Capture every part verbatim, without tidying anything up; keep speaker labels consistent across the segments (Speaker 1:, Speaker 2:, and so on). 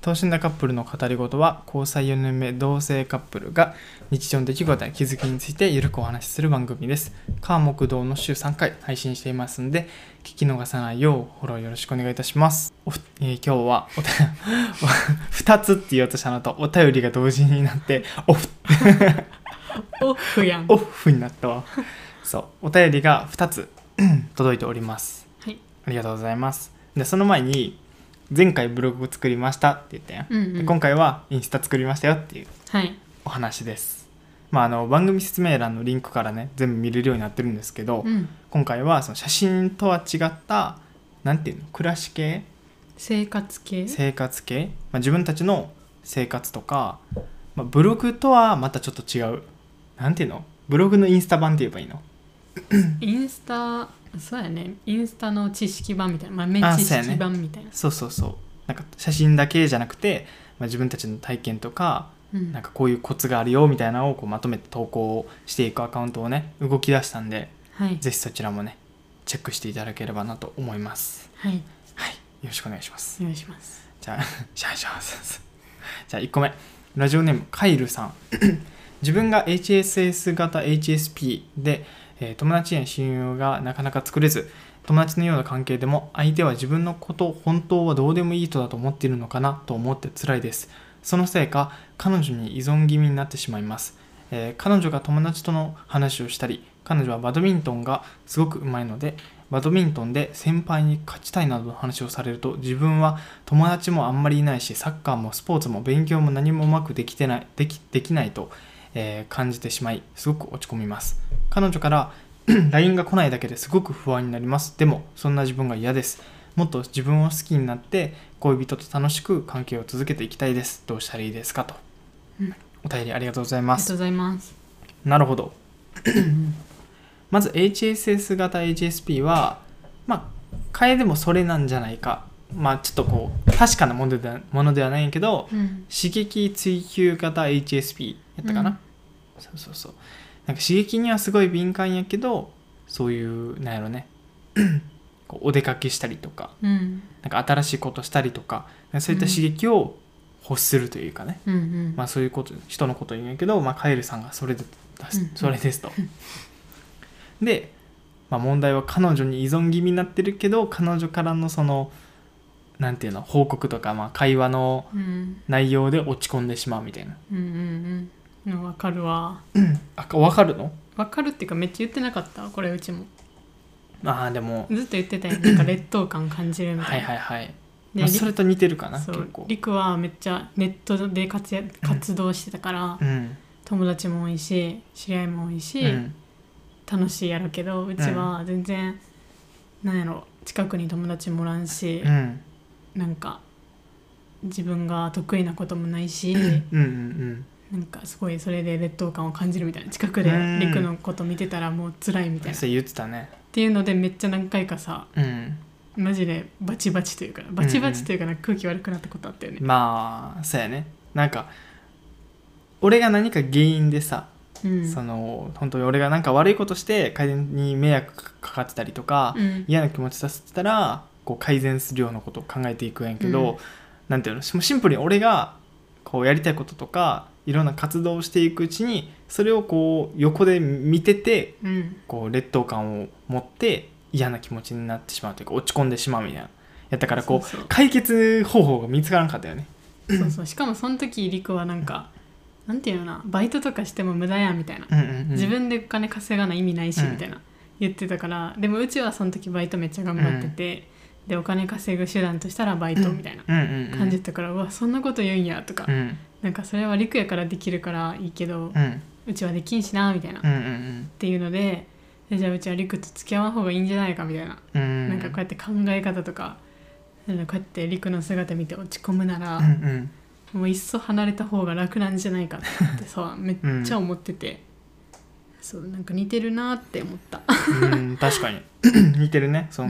Speaker 1: 等身大カップルの語り事は交際よねんめ同性カップルが日常の出来事や気づきについてゆるくお話しする番組です。火木道の週さんかい配信していますので聞き逃さないようフォローよろしくお願いいたします。お、えー、今日はおたふたつって言おうとしたのとお便りが同時になってオフ
Speaker 2: オフやん
Speaker 1: オフになったわ。そうお便りがふたつ届いております、
Speaker 2: はい、
Speaker 1: ありがとうございます。でその前に前回ブログを作りましたって言ったやん、
Speaker 2: うんうん、
Speaker 1: で今回はインスタ作りましたよっていうお話です、はいまあ、あの番組説明欄のリンクからね全部見れるようになってるんですけど、
Speaker 2: うん、
Speaker 1: 今回はその写真とは違ったなんていうの暮らし系
Speaker 2: 生活系
Speaker 1: 生活系、まあ、自分たちの生活とか、まあ、ブログとはまたちょっと違うなんていうのブログのインスタ版って言えばいいの
Speaker 2: インスタそうやねインスタの知識版みたいな豆知識版みたいな
Speaker 1: そうそうそうなんか写真だけじゃなくて、まあ、自分たちの体験とか、うん、なんかこういうコツがあるよみたいなのをこうまとめて投稿していくアカウントをね動き出したんで、はい、ぜひそちらもねチェックしていただければなと思います。
Speaker 2: はい、はい、よ
Speaker 1: ろしくお願いします。
Speaker 2: お願いします。
Speaker 1: じゃあじゃあじゃあじゃあいっこめラジオネームカイルさん自分が エイチエスエス 型 エイチエスピー で、えー、友達や親友がなかなか作れず友達のような関係でも相手は自分のこと本当はどうでもいい人だと思っているのかなと思って辛いです。そのせいか彼女に依存気味になってしまいます、えー、彼女が友達との話をしたり彼女はバドミントンがすごく上手いのでバドミントンで先輩に勝ちたいなどの話をされると自分は友達もあんまりいないしサッカーもスポーツも勉強も何もうまくできてないでき、できないと、えー、感じてしまいすごく落ち込みます。彼女からライン が来ないだけですごく不安になります。でもそんな自分が嫌です。もっと自分を好きになって恋人と楽しく関係を続けていきたいです。どうしたらいいですかと、うん、お便りありがとうございます。
Speaker 2: ありがとうございます。
Speaker 1: なるほどまず エイチエスエス 型 エイチエスピー はまあ楓もそれなんじゃないか、まあちょっとこう確かなものでは、ものではないんやけど、うん、刺激追求型 エイチエスピー やったかな、うん、そうそうそうなんか刺激にはすごい敏感やけどそういうなんやろねこうお出かけしたりとか、うん、なんか新しいことしたりとかそういった刺激を欲するというかね、うんうんまあ、そういうこと人のこと言うんやけど、まあ、カエルさんがそれで、うんうん、それですとで、まあ、問題は彼女に依存気味になってるけど彼女からのそのなんていうの報告とか、まあ、会話の内容で落ち込んでしまうみたいな、
Speaker 2: うんうんうん、分かるわ、
Speaker 1: うん、あ分かるの
Speaker 2: 分かるっていうかめっちゃ言ってなかったこれうちも
Speaker 1: あでも
Speaker 2: ずっと言ってたよなんか劣等感感じるみたいな
Speaker 1: はいはいはい、まあ、それと似てるかな
Speaker 2: そう
Speaker 1: 結構
Speaker 2: リクはめっちゃネットで活躍活動してたから、うん、友達も多いし知り合いも多いし、うん、楽しいやろけどうちは全然、うん、なんやろ近くに友達もおらんし、うん、なんか自分が得意なこともないし、うんうんうんなんかすごいそれで劣等感を感じるみたいな近くでリクのこと見てたらもう辛いみたいな
Speaker 1: そう言ってたね
Speaker 2: っていうのでめっちゃ何回かさ、うん、マジでバチバチというかバチバチというかなんか空気悪くなったことあったよね、
Speaker 1: うんうん、まあそうやねなんか俺が何か原因でさ、うん、その本当に俺がなんか悪いことして改善に迷惑かかってたりとか、うん、嫌な気持ちさせてたらこう改善するようなことを考えていくんやけど、うん、なんていうのシンプルに俺がこうやりたいこととかいろんな活動をしていくうちにそれをこう横で見てて、うん、こう劣等感を持って嫌な気持ちになってしまうというか落ち込んでしまうみたいなやったからこうそうそう解決方法が見つからなかったよね。
Speaker 2: そうそうしかもその時リクはなんか、うん、なんていうのなバイトとかしても無駄やみたいな、うんうんうん、自分でお金稼がない意味ないし、うん、みたいな言ってたからでもうちはその時バイトめっちゃ頑張ってて、うん、でお金稼ぐ手段としたらバイトみたいな感じだったから、うんうんうん、うわそんなこと言うんやとか、うんなんかそれはリクやからできるからいいけど、うん、うちはできんしなみたいな、うんうんうん、っていうのでじゃあうちはリクと付き合わん方がいいんじゃないかみたいな、うん、なんかこうやって考え方とかこうやってリクの姿見て落ち込むなら、うんうん、もういっそ離れた方が楽なんじゃないかってさめっちゃ思ってて、うん、そうなんか似てるなって思った
Speaker 1: うん確かに似てるねその、うん、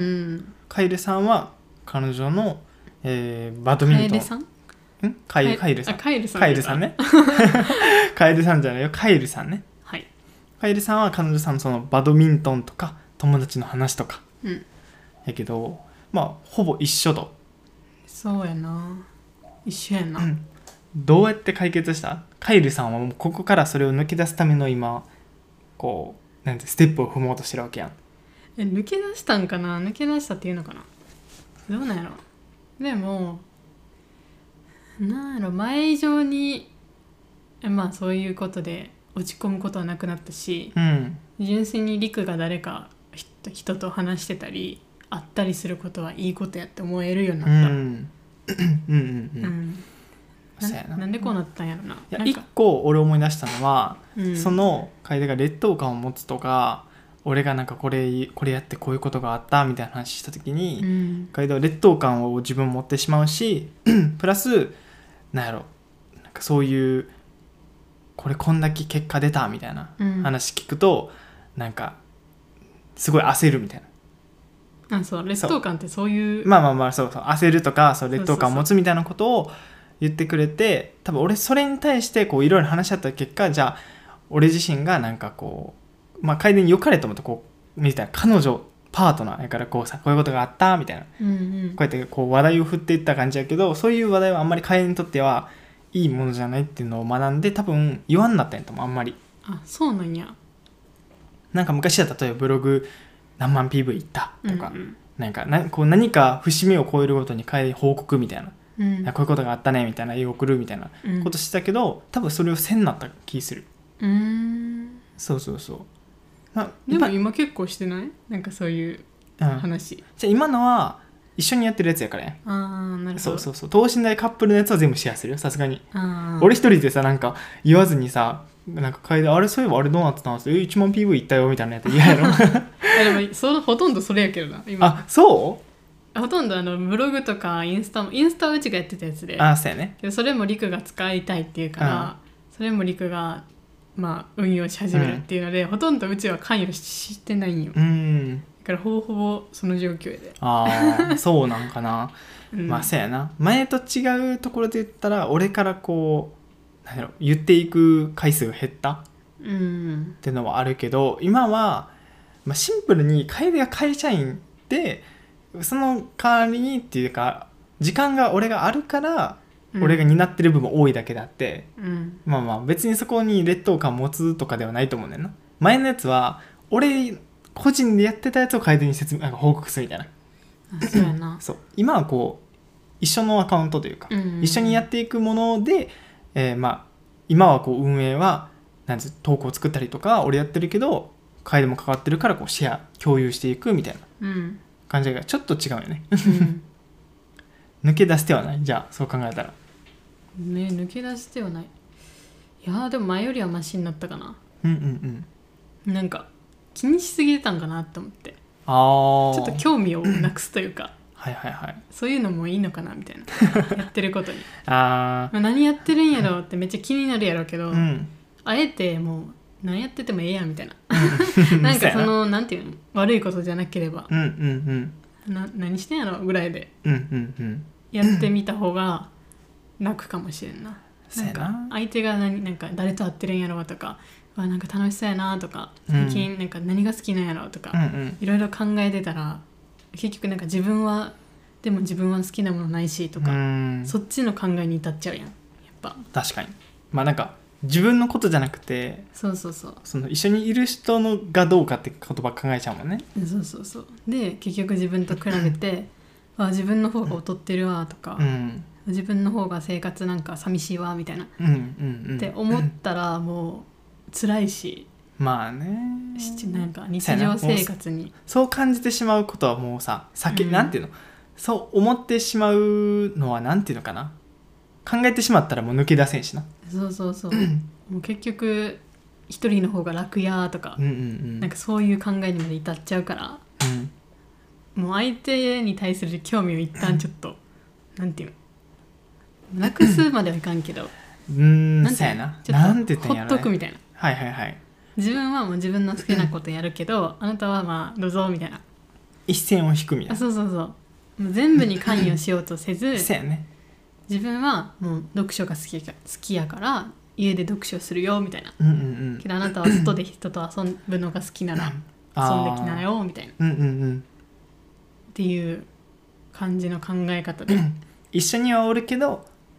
Speaker 1: カイルさんは彼女の、えー、バドミントンカエルさんんカイルカイルさん
Speaker 2: カイルさん
Speaker 1: カイルさんねカイルさんじゃないよカイルさんね、はい、カイルさんは彼女さんのそのバドミントンとか友達の話とか、うん、やけどまあほぼ一緒と
Speaker 2: そうやな一緒やな、
Speaker 1: うん、どうやって解決した？カイルさんはもうここからそれを抜け出すための今こうなんてステップを踏もうとしてるわけやん。
Speaker 2: え抜け出したんかな、抜け出したっていうのかな、どうなんやろ。でもなんやろ、前以上にまあそういうことで落ち込むことはなくなったし、
Speaker 1: うん、
Speaker 2: 純粋にリクが誰か人と話してたり会ったりすることはいいことやって思えるようになった。
Speaker 1: うんうんうんうん、
Speaker 2: うん
Speaker 1: そうやな。
Speaker 2: なんでこうなったんやろな。
Speaker 1: いや
Speaker 2: なんか
Speaker 1: 一個俺思い出したのは、
Speaker 2: うん、
Speaker 1: その楓が劣等感を持つとか俺がなんかこれこれやってこういうことがあったみたいな話した時に、
Speaker 2: うん、
Speaker 1: 楓は劣等感を自分持ってしまうしプラスなんやろなんかそういうこれこんだけ結果出たみたいな話聞くと、うん、なんかすごい焦るみたいな。
Speaker 2: あそう劣等感ってそういう
Speaker 1: まあまあまあそうそう焦るとかそう劣等感を持つみたいなことを言ってくれて、多分俺それに対してこういろいろ話し合った結果、じゃあ俺自身がなんかこうまあ楓に良かれと思ってこうみたいな彼女パートナーやからこうさこういうことがあったみたいな、
Speaker 2: うんうん、
Speaker 1: こうやってこう話題を振っていった感じやけど、そういう話題はあんまり楓にとってはいいものじゃないっていうのを学んで多分言わんなったんやと思う。あんまり
Speaker 2: あそうなんや。
Speaker 1: なんか昔は例えばブログ何万 ピーブイ いったとか、
Speaker 2: うんうん、
Speaker 1: なんかなこう何か節目を超えるごとに楓に報告みたいな、
Speaker 2: うん、
Speaker 1: こういうことがあったねみたいな絵を送るみたいなことしてたけど、うん、多分それをせんなった気する。
Speaker 2: うーん
Speaker 1: そうそうそう。ま
Speaker 2: でも今結構してないなんかそういう話、うん、
Speaker 1: じゃあ今のは一緒にやってるやつやからね。
Speaker 2: ああなるほど。
Speaker 1: そうそうそう。等身大カップルのやつは全部シェアするよさすがに。俺一人でさなんか言わずにさなんか楓あれそういえばあれどうなってたんですよ、えいちまん ピーブイ いったよみたいなやつ嫌やろ
Speaker 2: でもそほとんどそれやけどな今。
Speaker 1: あそう
Speaker 2: ほとんどあのブログとかインスタもインスタはうちがやってたやつで、
Speaker 1: あそうやね。
Speaker 2: それもリクが使いたいっていうから、うん、それもリクがまあ運用し始めるっていうので、うん、ほとんどうちは関与してないんよ。
Speaker 1: うん
Speaker 2: だからほぼほぼその状況で。
Speaker 1: ああそうなんかな、うん、まあそうやな。前と違うところで言ったら俺からこうなんだろう言っていく回数が減ったっていうのはあるけど、今は、まあ、シンプルに楓が会社員でその代わりにっていうか時間が俺があるから俺が担ってる部分多いだけであって、うん、まあまあ別にそこに劣等感持つとかではないと思うねんな。前のやつは俺個人でやってたやつを楓に説明なんか報告するみたいな。
Speaker 2: あそうやな
Speaker 1: そう今はこう一緒のアカウントというか、うんうんうん、一緒にやっていくもので、えー、まあ今はこう運営はなんつ投稿を作ったりとか俺やってるけど楓も関わってるからこうシェア共有していくみたいな感じがちょっと違うよね、うん、抜け出してはない。じゃあそう考えたら
Speaker 2: ね抜け出してはない。いやでも前よりはマシになったかな。
Speaker 1: うんうん
Speaker 2: うんなんか気にしすぎてたんかなと思って、
Speaker 1: あ
Speaker 2: ちょっと興味をなくすというか
Speaker 1: はいはいはい、
Speaker 2: そういうのもいいのかなみたいなやってることに
Speaker 1: あ
Speaker 2: 何やってるんやろってめっちゃ気になるやろうけど、
Speaker 1: うん、
Speaker 2: あえてもう何やっててもええやんみたいななんかそのなんていうの悪いことじゃなければ、
Speaker 1: うんうん
Speaker 2: うん、な何してんやろぐらいで
Speaker 1: うんうんうん
Speaker 2: やってみた方が楽かもしれんな。なんか相手が何なんか誰と会ってるんやろうとかわなんか楽しそうやなとか最近なんか何が好きなんやろうとか、うんうん、いろいろ考えてたら結局なんか自分はでも自分は好きなものないしとか、うん、そっちの考えに至っちゃうやんやっぱ。
Speaker 1: 確かにまあなんか自分のことじゃなくて
Speaker 2: そうそうそう
Speaker 1: その一緒にいる人のがどうかって言葉考えちゃうもんね。
Speaker 2: そうそうそうで結局自分と比べてあ自分の方が劣ってるわとか、うん、自分の方が生活なんか寂しいわみたいな、うんうんうん、って思ったらもう辛いし
Speaker 1: まあね
Speaker 2: なんか日常生活に
Speaker 1: そう感じてしまうことはもうさ避け、うん、なんていうのそう思ってしまうのはなんていうのかな考えてしまったらもう抜け出せんしな。
Speaker 2: そうそうそうもう結局一人の方が楽やとか、うんうんうん、なんかそういう考えにまで至っちゃうから、うん、もう相手に対する興味を一旦ちょっとなんていうのなくすまではいかんけど
Speaker 1: うーんなんていうの
Speaker 2: ちょっとほっとくみたいな。
Speaker 1: はいはいはい。
Speaker 2: 自分はもう自分の好きなことやるけどあなたはまあどうぞみたいな
Speaker 1: 一線を引くみたいな。
Speaker 2: そうそうそうもう全部に関与しようとせず
Speaker 1: そうやね
Speaker 2: 自分はもう読書が好きか好きやから家で読書するよみたいな、
Speaker 1: うんうんうん、
Speaker 2: けどあなたは外で人と遊ぶのが好きなら遊んできなよみたいな、
Speaker 1: うんうんうん、
Speaker 2: っていう感じの考え方で
Speaker 1: 一緒にはおるけど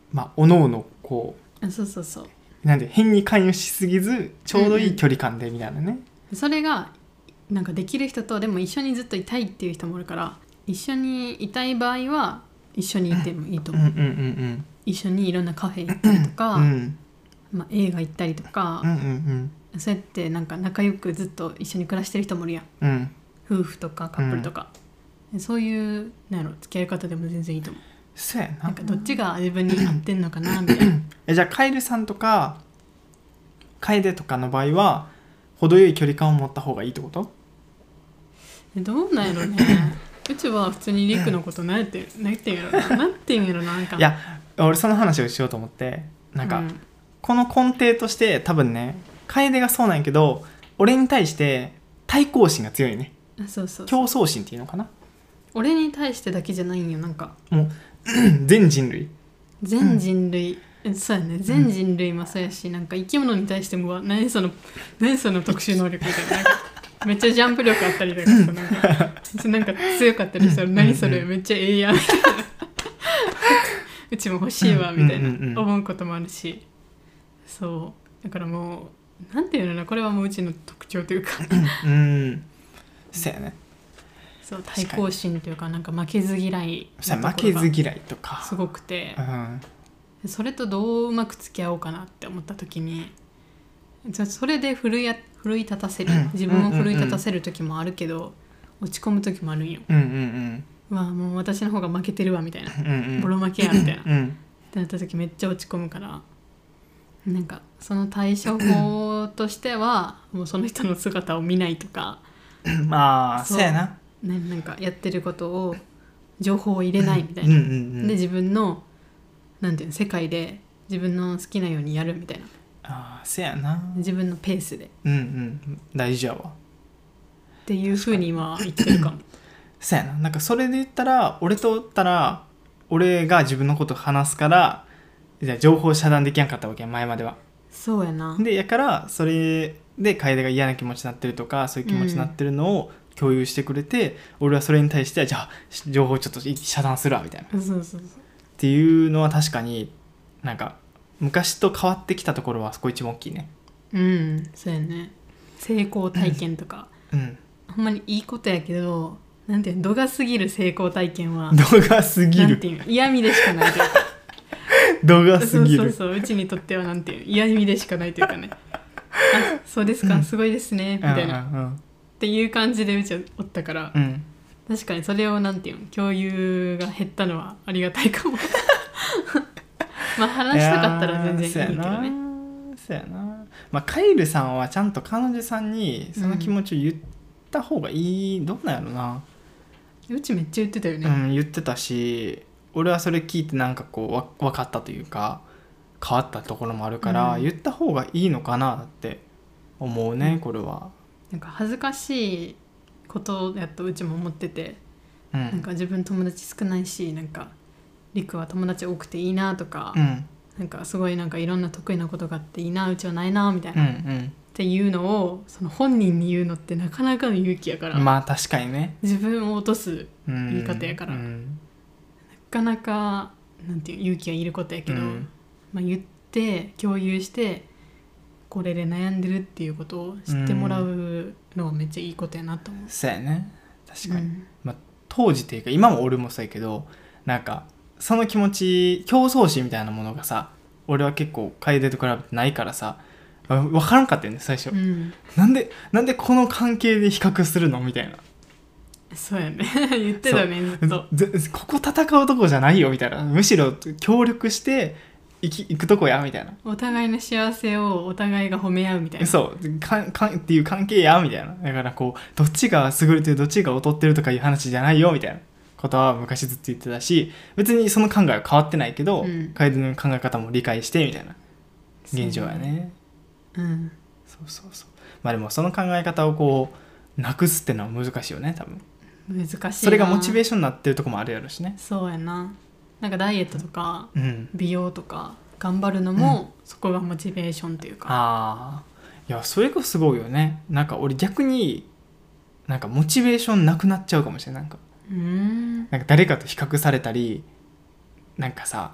Speaker 1: まあおのおのこ
Speaker 2: あそうそうそう
Speaker 1: うなんで変に関与しすぎずちょうどいい距離感でみたいなね、
Speaker 2: それがなんかできる人とでも一緒にずっといたいっていう人もいるから、一緒にいたい場合は一緒にいてもいいと思う、
Speaker 1: うんうんうん
Speaker 2: 一緒にいろんなカフェ行ったりとか、
Speaker 1: うんうん
Speaker 2: まあ、映画行ったりとか、
Speaker 1: うんうん
Speaker 2: そうやってなんか仲良くずっと一緒に暮らしてる人もいるやん、
Speaker 1: うんうん
Speaker 2: 夫婦とかカップルとか、そういうなんやろ付き合い方でも全然いいと思う。
Speaker 1: そうやな。
Speaker 2: なんかどっちが自分に合ってんのかなみたいな
Speaker 1: えじゃあカエルさんとか楓とかの場合は程よい距離感を持った方がいいってこと？
Speaker 2: えどうなんやろねうちは普通にリクのことなんてなんて言うんやろななんて言うんやろななんか
Speaker 1: いや俺その話をしようと思ってなんか、うん、この根底として多分ね楓がそうなんやけど俺に対して対抗心が強いね。
Speaker 2: あそうそうそう
Speaker 1: 競争心っていうのかな。
Speaker 2: 俺に対してだけじゃないんよなんか
Speaker 1: もう全人類
Speaker 2: 全人類、うん、そうやね全人類もそうやし、うん、なんか生き物に対してもわ何その何その特殊能力みたいななんかめっちゃジャンプ力あったりとかさなんかなんか強かったりしたら何それめっちゃええやんみたいなうちも欲しいわみたいな思うこともあるし、そうだからもうなんていうのなこれはもううちの特徴というか
Speaker 1: うん、うん、そうやね。
Speaker 2: そう対抗心というかなんか負けず嫌い
Speaker 1: 負けず嫌いとか
Speaker 2: すごくて、
Speaker 1: うん、
Speaker 2: それとどううまく付き合おうかなって思った時にそれで奮いや奮い立たせる自分を奮い立たせる時もあるけど、うんうんうん、落ち込む時もあるんよ、うんうんうん、わあもう私の方が負けてるわみたいな、うんうん、ボロ負けやみたいな、うん、ってなった時めっちゃ落ち込むからなんかその対処法としてはもうその人の姿を見ないとか
Speaker 1: まあそうやな
Speaker 2: ね、なんかやってることを情報を入れないみたいな、うんうんうん、で自分のなんていうの世界で自分の好きなようにやるみたいな。
Speaker 1: ああそうやな
Speaker 2: 自分のペースで
Speaker 1: うんうん大事やわ
Speaker 2: っていう風に今言ってるかも
Speaker 1: そうやななんかそれで言ったら俺とおったら俺が自分のこと話すからじゃあ情報遮断できなかったわけや前までは。
Speaker 2: そうやな
Speaker 1: でやからそれで楓が嫌な気持ちになってるとかそういう気持ちになってるのを、うん共有してくれて俺はそれに対してはじゃあ情報ちょっと遮断するわみたいな
Speaker 2: そうそうそう
Speaker 1: っていうのは確かになんか昔と変わってきたところはそこ一番大きいね。
Speaker 2: うんそうやね成功体験とか、うんうん、ほんまにいいことやけどなんていうの度が過ぎる成功体験は
Speaker 1: 度が過ぎる
Speaker 2: なんていうの嫌味でしかないというか
Speaker 1: 度が過ぎる
Speaker 2: そうそうそううちにとってはなんていう嫌味でしかないというかねあそうですか、うん、すごいですねみたいな、うんうんうんっていう感じでうちはおったから、うん、確かにそれをなんていうの共有が減ったのはありがたいかもまあ話したかったら全然いいけどね。
Speaker 1: そうやなまあカイルさんはちゃんと彼女さんにその気持ちを言った方がいい、うん、どうなんやろな。
Speaker 2: うちめっちゃ言ってたよね。
Speaker 1: うん言ってたし俺はそれ聞いてなんかこうわ分かったというか変わったところもあるから、うん、言った方がいいのかなって思うね、うん、これは。
Speaker 2: なんか恥ずかしいことやとうちも思ってて、うん、なんか自分友達少ないしなんかリクは友達多くていいなとか、うん、なんかすごいなんかいろんな得意なことがあっていいなうちはないなみたいな、うんうん、っていうのをその本人に言うのってなかなかの勇気やから。
Speaker 1: まあ確かにね
Speaker 2: 自分を落とす言い方やから、うんうん、なかなかなんていう勇気がいることやけど、うんまあ、言って共有してこれで悩んでるっていうことを知ってもらうのはめっちゃいいことやなと思う、うん、
Speaker 1: そうやね確かに、うんまあ、当時っていうか今も俺もそうやけどなんかその気持ち競争心みたいなものがさ俺は結構楓と比べてないからさ分からんかったよね最初、うん、なんでなんでこの関係で比較するのみたいな。
Speaker 2: そうやね言ってたねずっと
Speaker 1: ここ戦うとこじゃないよみたいなむしろ協力して行き行くとこやみたいな
Speaker 2: お互いの幸せをお互いが褒め合うみたいな
Speaker 1: そうかんかんっていう関係やみたいなだからこうどっちが優れてるどっちが劣ってるとかいう話じゃないよみたいなことは昔ずっと言ってたし別にその考えは変わってないけど、うん、楓の考え方も理解してみたいな現状やねうんそうそうそうまあでもその考え方をこうなくすってのは難しいよね多分
Speaker 2: 難しいな
Speaker 1: それがモチベーションになってるとこもあるやろしね
Speaker 2: そうやななんかダイエットとか、うん、美容とか頑張るのも、うん、そこがモチベーションっていうか
Speaker 1: あいやそれがすごいよねなんか俺逆になんかモチベーションなくなっちゃうかもしれないなんかうーんなんか誰かと比較されたりなんかさ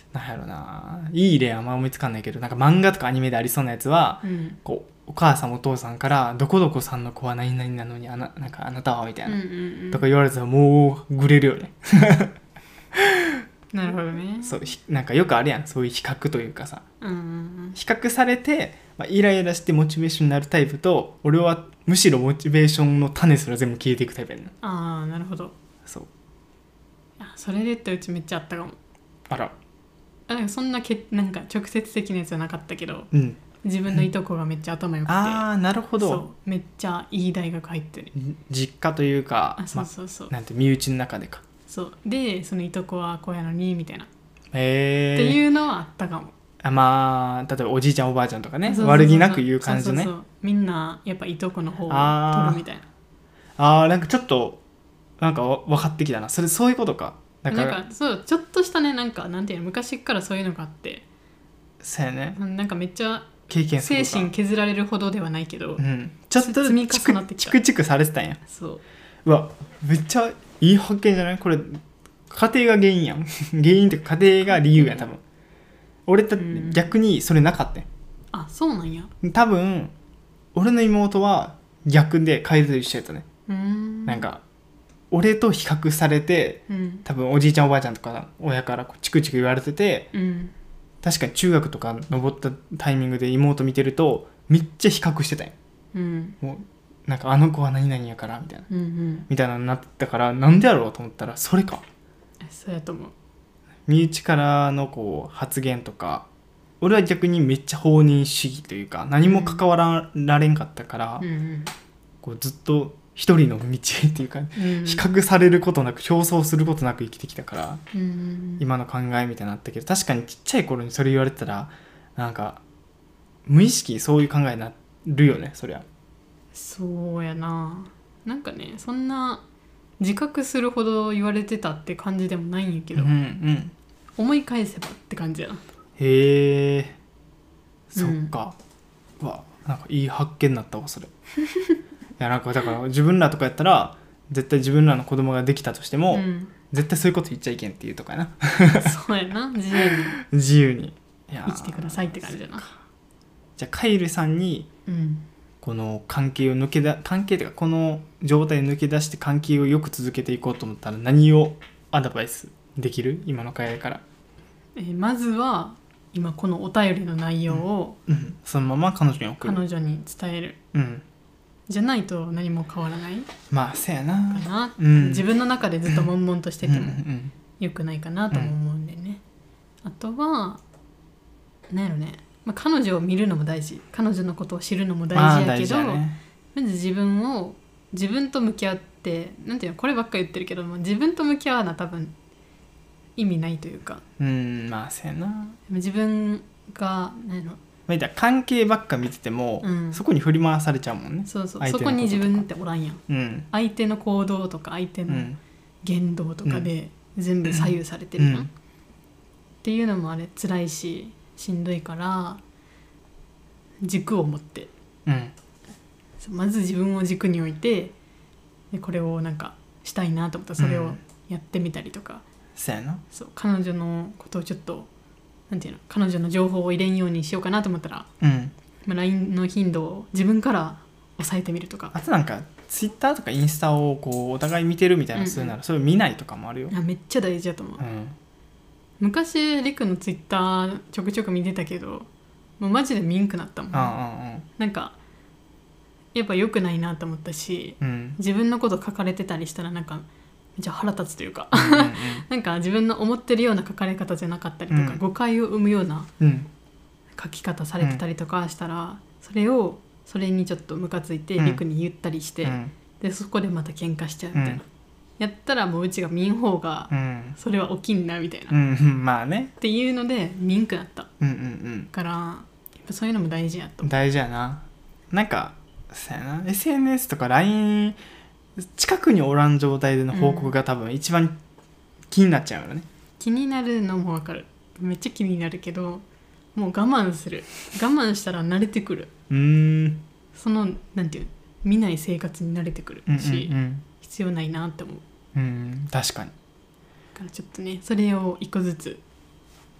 Speaker 1: なんやろないい例はあんま思いつかんないけど、なんか漫画とかアニメでありそうなやつは、
Speaker 2: うん、
Speaker 1: こうお母さんお父さんからどこどこさんの子は何々なのにあななんかあなたはみたいな、
Speaker 2: うんうんうん、
Speaker 1: とか言われたらもうグレるよね
Speaker 2: なるほどね。
Speaker 1: そうなんかよくあるやんそういう比較というかさ、
Speaker 2: うんうんうん、
Speaker 1: 比較されて、まあ、イライラしてモチベーションになるタイプと、俺はむしろモチベーションの種すら全部消えていくタイプやねん。
Speaker 2: ああなるほど。
Speaker 1: そう
Speaker 2: あそれでってうちめっちゃあったかも。
Speaker 1: あら
Speaker 2: あなんかそんなけなんか直接的なやつはなかったけど、
Speaker 1: うん
Speaker 2: 自分のいとこがめっちゃ頭良くて、
Speaker 1: ああなるほど。
Speaker 2: そうめっちゃいい大学入ってる。
Speaker 1: 実家というか
Speaker 2: あそうそうそう、
Speaker 1: まあ、なんて身内の中でか。
Speaker 2: そうでそのいとこはこうやのにみたいな、
Speaker 1: へえ
Speaker 2: っていうのはあったかも。
Speaker 1: あまあ例えばおじいちゃんおばあちゃんとかね、
Speaker 2: そうそうそうそう
Speaker 1: 悪気なく言う感じね。
Speaker 2: そうそうそうみんなやっぱいとこの方を
Speaker 1: あー
Speaker 2: 取るみたいな。
Speaker 1: あーなんかちょっとなんかわ分かってきたな。それそういうことか。だ
Speaker 2: なん
Speaker 1: から
Speaker 2: かそうちょっとしたねなんかなんていうの昔からそういうのがあって、
Speaker 1: そうやね
Speaker 2: なんかめっちゃ
Speaker 1: 経験する
Speaker 2: 精神削られるほどではないけど、
Speaker 1: うん、ちょっと
Speaker 2: 積み重なってきた
Speaker 1: チクチクされてたんや。
Speaker 2: そう
Speaker 1: うわめっちゃいい発見じゃない。これ家庭が原因やん原因って家庭が理由や多分。俺だって
Speaker 2: うん
Speaker 1: 逆にそれなかったん。
Speaker 2: あそうなんや。
Speaker 1: 多分俺の妹は逆でカエルと一緒やったね。
Speaker 2: うーん
Speaker 1: なんか俺と比較されて、
Speaker 2: うん
Speaker 1: 多分おじいちゃんおばあちゃんとか親からこうチクチク言われてて、
Speaker 2: うん
Speaker 1: 確かに中学とか登ったタイミングで妹見てるとめっちゃ比較してたんよ。
Speaker 2: うん
Speaker 1: もうなんかあの子は何々やからみたいな
Speaker 2: うんうん
Speaker 1: みたいなのになってたから、なんでやろうと思ったらそれか。
Speaker 2: そうやと思う。
Speaker 1: 身内からのこう発言とか、俺は逆にめっちゃ放任主義というか何も関わられんかったから、
Speaker 2: うんうん
Speaker 1: こうずっと一人の道っていうか、
Speaker 2: うん
Speaker 1: 比較されることなく競争することなく生きてきたから、
Speaker 2: うんうん
Speaker 1: 今の考えみたいになったけど、確かにちっちゃい頃にそれ言われてたらなんか無意識そういう考えになるよねそりゃ。
Speaker 2: そうやな。なんかねそんな自覚するほど言われてたって感じでもないんやけど、
Speaker 1: うんうん
Speaker 2: 思い返せばって感じやな。
Speaker 1: へえそっ
Speaker 2: うん
Speaker 1: か、うわなんかいい発見になったわそれいやなんかだから自分らとかやったら絶対自分らの子供ができたとしても、
Speaker 2: うん、
Speaker 1: 絶対そういうこと言っちゃいけんっていうとかやな
Speaker 2: そうやな自由に
Speaker 1: 自由にいやー
Speaker 2: 生きてくださいって感じだな。
Speaker 1: じゃあカイルさんに
Speaker 2: うん
Speaker 1: この関係を抜けだ関係というかこの状態を抜け出して関係をよく続けていこうと思ったら何をアドバイスできる今の会話から。
Speaker 2: えーまずは今このお便りの内容を
Speaker 1: うんそのまま彼女に送る。
Speaker 2: 彼女に伝える、
Speaker 1: うん
Speaker 2: じゃないと何も変わらない
Speaker 1: まあせやな
Speaker 2: かな、
Speaker 1: うん
Speaker 2: 自分の中でずっと悶々としてて
Speaker 1: うんう
Speaker 2: も
Speaker 1: ん
Speaker 2: 良くないかなとも思うんでね、あとはなんやろね、まあ、彼女を見るのも大事、彼女のことを知るのも大
Speaker 1: まあ
Speaker 2: 事やけど、
Speaker 1: 大事やね。
Speaker 2: まず自分を自分と向き合ってなんていうのこればっかり言ってるけども自分と向き合わな多分意味ないというか、
Speaker 1: うんまあせやな。
Speaker 2: 自分がなんやろ
Speaker 1: まあ、関係ばっか見てても、
Speaker 2: うん
Speaker 1: そこに振り回されちゃうもんね。
Speaker 2: そうそう
Speaker 1: 相手の
Speaker 2: そこに自
Speaker 1: こととか
Speaker 2: 分っておらんやん。
Speaker 1: うん
Speaker 2: 相手の行動とか相手の
Speaker 1: うん
Speaker 2: 言動とかで全部左右されてるやん、
Speaker 1: うん
Speaker 2: っていうのもあれ辛いししんどいから軸を持って
Speaker 1: うん
Speaker 2: そうまず自分を軸に置いてでこれをなんかしたいなと思ったらそれをやってみたりとか、
Speaker 1: そやな。
Speaker 2: そう彼女のことをちょっとなんていうの彼女の情報を入れんようにしようかなと思ったら、
Speaker 1: うん
Speaker 2: まあ、ライン の頻度を自分から抑えてみるとか。
Speaker 1: あとなんかツイッターとかインスタをこうお互い見てるみたいなするなら、
Speaker 2: うんうん
Speaker 1: それを見ないとかもあるよ。
Speaker 2: あめっちゃ大事だと思う、
Speaker 1: うん
Speaker 2: 昔リクのツイッターちょくちょく見てたけどもうマジで見んくなったもん、
Speaker 1: あ
Speaker 2: なんかやっぱ良くないなと思ったし
Speaker 1: うんうんうん
Speaker 2: 自分のこと書かれてたりしたらなんかめっちゃ腹立つというか
Speaker 1: うんうん
Speaker 2: なんか自分の思ってるような書かれ方じゃなかったりとか、
Speaker 1: うん
Speaker 2: 誤解を生むような
Speaker 1: うん
Speaker 2: 書き方されてたりとかしたら、それをそれにちょっとムカついて
Speaker 1: うん
Speaker 2: リクに言ったりして、
Speaker 1: うん
Speaker 2: でそこでまた喧嘩しちゃうみたいな、
Speaker 1: うん
Speaker 2: やったらもううちが見ん方が
Speaker 1: うん
Speaker 2: それは起きんなみたいな、
Speaker 1: う
Speaker 2: っ
Speaker 1: んまあね。
Speaker 2: ていうので見んくなった
Speaker 1: うんうん
Speaker 2: からやっぱそういうのも大事やと
Speaker 1: うん大事やな。なんかそうやな エスエヌエス とか ライン 近くにおらん状態での報告が多分一番気になっちゃうよね。
Speaker 2: 気になるのも分かる、めっちゃ気になるけどもう我慢する、我慢したら慣れてくる、
Speaker 1: うーん
Speaker 2: そのなんていう見ない生活に慣れてくる
Speaker 1: うん
Speaker 2: し、
Speaker 1: うん
Speaker 2: 必要ないなって思う
Speaker 1: うんうん確かに。
Speaker 2: からちょっとねそれを一個ずつ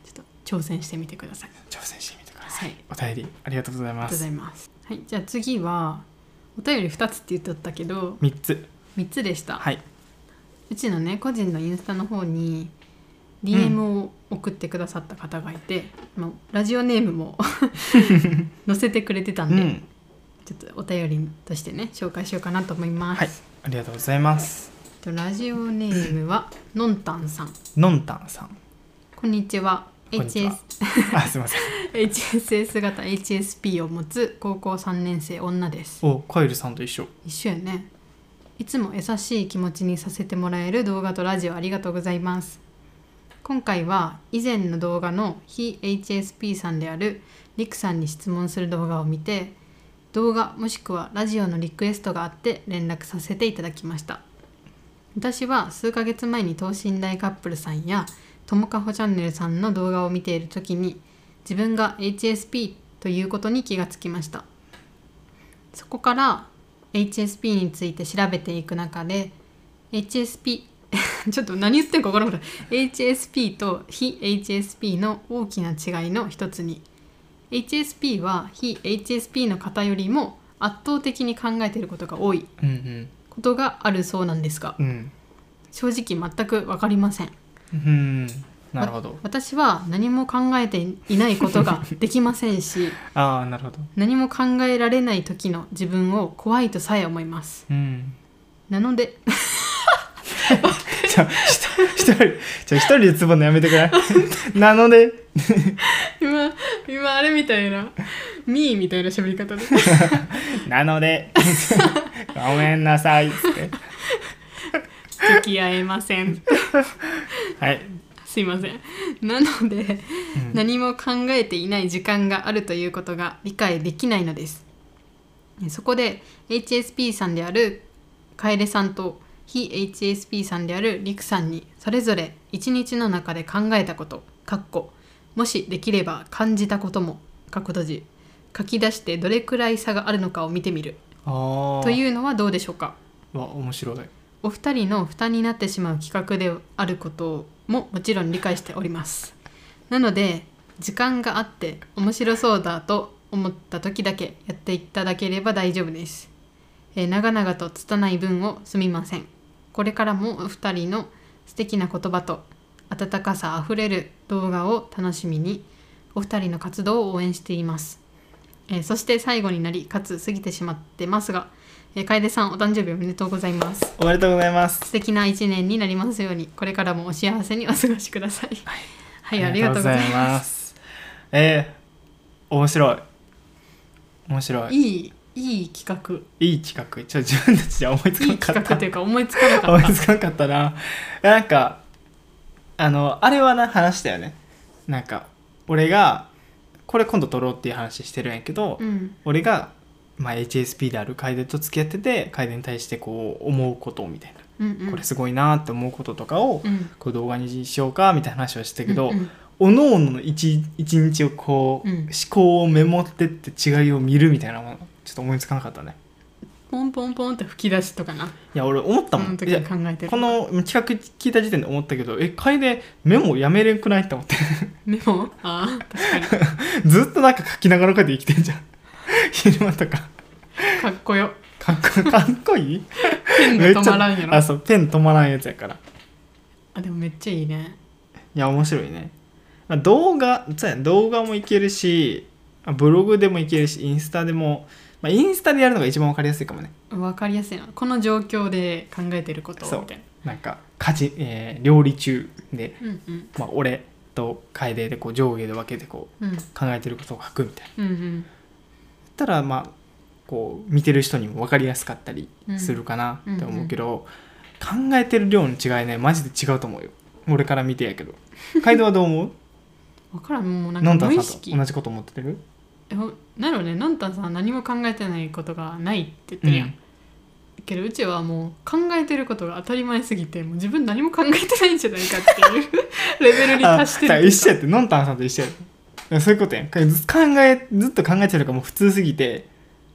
Speaker 2: ちょっと挑戦してみてください。
Speaker 1: 挑戦してみてください、
Speaker 2: はい、
Speaker 1: お便りありがとうござい
Speaker 2: ありがとうご
Speaker 1: ます。
Speaker 2: ざいます。はい、じゃあ次はお便りふたつって言ってたけど
Speaker 1: みっつ。
Speaker 2: みっつでした。
Speaker 1: はい。
Speaker 2: うちのね個人のインスタの方に ディーエム を送ってくださった方がいて、うんまあ、ラジオネームも載せてくれてたんで、うん、ちょっとお便りとしてね紹介しようかなと思います。
Speaker 1: はい、ありがとうございます。
Speaker 2: ラジオネームはのんたんさん。
Speaker 1: のんたんさん、
Speaker 2: こんにちは。
Speaker 1: こんにちは。あ、すいません。
Speaker 2: エイチエスエス 型 エイチエスピー を持つ高校さんねん生女です。
Speaker 1: お、カイルさんと一緒。
Speaker 2: 一緒やね。いつも優しい気持ちにさせてもらえる動画とラジオありがとうございます。今回は以前の動画の非 エイチエスピー さんであるリクさんに質問する動画を見て、動画もしくはラジオのリクエストがあって連絡させていただきました。私は数ヶ月前に等身大カップルさんやともかほチャンネルさんの動画を見ているときに、自分が エイチエスピー ということに気がつきました。そこから エイチエスピー について調べていく中で エイチエスピー ちょっと何言ってんか分からなかった。 エイチエスピー と非 エイチエスピー の大きな違いの一つに、 エイチエスピー は非 エイチエスピー の方よりも圧倒的に考えていることが多いことがあるそうなんですが、
Speaker 1: うんうん、
Speaker 2: 正直全く分かりません。
Speaker 1: うん、なるほど。
Speaker 2: 私は何も考えていないことができませんし
Speaker 1: あ、なるほど。
Speaker 2: 何も考えられない時の自分を怖いとさえ思います、うん、なので
Speaker 1: ちょ一人ちょ一人でつぼんのやめてくれなので
Speaker 2: 今今あれみたいなミーみたいな喋り方で
Speaker 1: なのでごめんなさいっつって
Speaker 2: 付き合えません
Speaker 1: はい、
Speaker 2: すいません。なので、うん、何も考えていない時間があるということが理解できないのです。そこで エイチエスピー さんである楓さんと非 エイチエスピー さんであるリクさんにそれぞれ一日の中で考えたことかっこもしできれば感じたこともかっこ閉じ書き出してどれくらい差があるのかを見てみるというのはどうでしょうか。
Speaker 1: わ、面白い。
Speaker 2: お二人の負担になってしまう企画であることももちろん理解しております。なので時間があって面白そうだと思った時だけやっていただければ大丈夫です。えー、長々と拙い分をすみません。これからもお二人の素敵な言葉と温かさあふれる動画を楽しみにお二人の活動を応援しています。えー、そして最後になりかつ過ぎてしまってますが、えー、楓さんお誕生日おめでとうございます。
Speaker 1: おめでとうございます。
Speaker 2: 素敵な一年になりますように、これからもお幸せにお過ごしください。はい、はい、ありがとうございます。
Speaker 1: えー、面白い面白い
Speaker 2: いいいい企画
Speaker 1: いい企画。ちょっと自分たちじゃ思いつかなかった。
Speaker 2: いい企画というか思いつかなかった
Speaker 1: 思いつかなかったな。なんかあのあれはな話したよね。なんか俺がこれ今度撮ろうっていう話してるんやけど、うん、俺が、まあ、エイチエスピー である楓と付き合ってて楓に対してこう思うことみたいな、うんうん、これすごいなって思うこととかを、うん、こう動画にしようかみたいな話をしたけど、うんうん、おのおのの一日をこう、うん、思考をメモってって違いを見るみたいなものちょっと思いつかなかったね。
Speaker 2: ポンポンポンって吹き出しとかな。い
Speaker 1: や俺思ったもん。
Speaker 2: この時考えてる。
Speaker 1: この企画聞いた時点で思ったけど、え楓メモやめれんくないって思って
Speaker 2: メモああ確か
Speaker 1: にずっとなんか書きながらこうやって生きてんじゃん昼間とか
Speaker 2: かっこよ
Speaker 1: かっこかっこいい
Speaker 2: ペンが止まらんやろ。
Speaker 1: あそうペン止まらんやつやから。あ
Speaker 2: でもめっちゃいいね。
Speaker 1: いや面白いね。まあ、動画そうや動画もいけるしブログでもいけるしインスタでも、まあ、インスタでやるのが一番分かりやすいかもね。
Speaker 2: 分かりやすいな。この状況で考えてることみたい
Speaker 1: な。なんか家事、えー、料理中で、うんうんまあ、俺と楓でこう上下で分けてこう、うん、考えてることを書くみたいな。うんうん、たらまあこう見てる人にも分かりやすかったりするかなって思うけど、うんうんうん、考えてる量の違いねマジで違うと思うよ。俺から見てやけど楓はどう思う？
Speaker 2: 分からん。もうなんか無意識。
Speaker 1: ノンタンさんと同じこと思ってる？
Speaker 2: なるね。ノンタンさんは何も考えてないことがないって言ってるやん、うん、けどうちはもう考えてることが当たり前すぎてもう自分何も考えてないんじゃないかっていうレベルに達してる。
Speaker 1: あ一緒やってノンタンさんと一緒やってそういうことやん。ずっと考えずっと考えてるからもう普通すぎて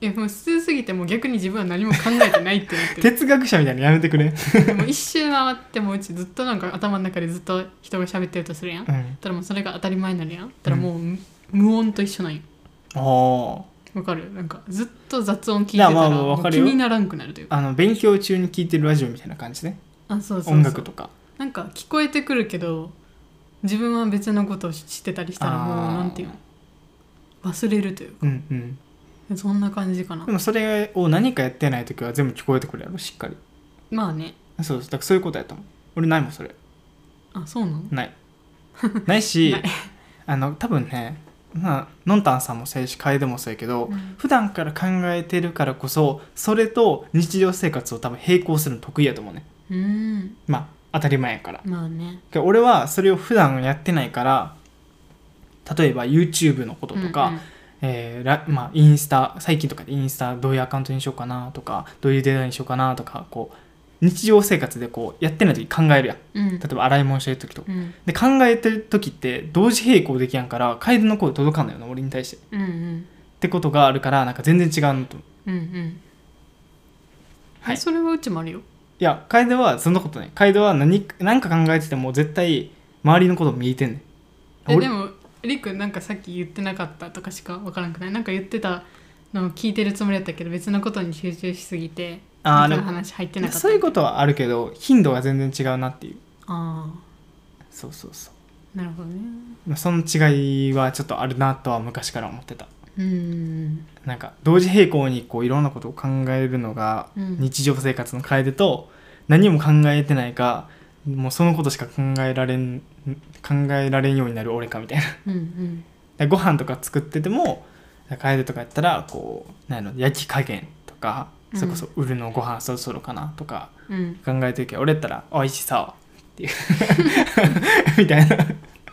Speaker 2: いやもう普通すぎてもう逆に自分は何も考えてないって言ってる
Speaker 1: 哲学者みたいなのやめてくれ
Speaker 2: もう一周回ってもううちずっとなんか頭の中でずっと人が喋ってるとするやん、
Speaker 1: うん
Speaker 2: たらもうそれが当たり前になるやんたらもう無無音と一緒なんよ。
Speaker 1: ああ
Speaker 2: わかるなんかずっと雑音聞いて
Speaker 1: いや
Speaker 2: たら
Speaker 1: まあまあわ
Speaker 2: もう
Speaker 1: かるよ
Speaker 2: 気にならんくなるというか。
Speaker 1: あの勉強中に聴いてるラジオみたいな感じね。
Speaker 2: あそうそうそう
Speaker 1: 音楽とか
Speaker 2: なんか聞こえてくるけど自分は別のことをしてたりしたらもう
Speaker 1: あー
Speaker 2: なんていうの忘れるというか
Speaker 1: うんうん
Speaker 2: そんな感じかな
Speaker 1: で。もそれを何かやってない時は全部聞こえてくるやろしっかり。
Speaker 2: まあね。
Speaker 1: そうだからそういうことやと思う。俺ないもんそれ。
Speaker 2: あそうなの
Speaker 1: ないないし
Speaker 2: ない
Speaker 1: あの多分ねまあのんたんさんもそうやし楓もそうやけど、
Speaker 2: うん
Speaker 1: 普段から考えてるからこそそれと日常生活を多分並行するの得意やと思うね。
Speaker 2: うーん
Speaker 1: まあ当たり前やから。
Speaker 2: まあね
Speaker 1: で俺はそれを普段やってないから例えば YouTube のこととか、
Speaker 2: うんうん
Speaker 1: えーらまあ、インスタ最近とかでインスタどういうアカウントにしようかなとかどういうデザインにしようかなとかこう日常生活でこうやってない時考えるやん。
Speaker 2: うん
Speaker 1: 例えば洗い物してる時とか
Speaker 2: うん
Speaker 1: で考えてる時って同時並行できやんから楓の声届かんのよな俺に対してっ
Speaker 2: うんうん
Speaker 1: てことがあるからなんか全然違うのと。
Speaker 2: うんうん
Speaker 1: はい
Speaker 2: えそれはうちもあるよ。
Speaker 1: いや楓はそんなことない。楓は何何か考えてても絶対周りのこと見えてんねん。俺
Speaker 2: えでもりくなんかさっき言ってなかったとかしかわからんくない？なんか言ってたのを聞いてるつもりだったけど別のことに集中しすぎて
Speaker 1: あー
Speaker 2: 中の話入ってなかった。
Speaker 1: そういうことはあるけど頻度が全然違うなっていう。
Speaker 2: あ
Speaker 1: そうそうそ
Speaker 2: あなるほどね。
Speaker 1: うその違いはちょっとあるなとは昔から思ってた。
Speaker 2: うん
Speaker 1: なんか同時並行にこういろんなことを考えるのが
Speaker 2: うん
Speaker 1: 日常生活の楓と何も考えてないかもうそのことしか考えられん考えられんようになる俺かみたいな。
Speaker 2: うんうん
Speaker 1: でご飯とか作ってても楓とかやったらこうなんやろ焼き加減とか
Speaker 2: うん
Speaker 1: それこそ売るのご飯そろそろかなとか
Speaker 2: うん
Speaker 1: 考えてるけど俺やったらおいしそうっていうみたいな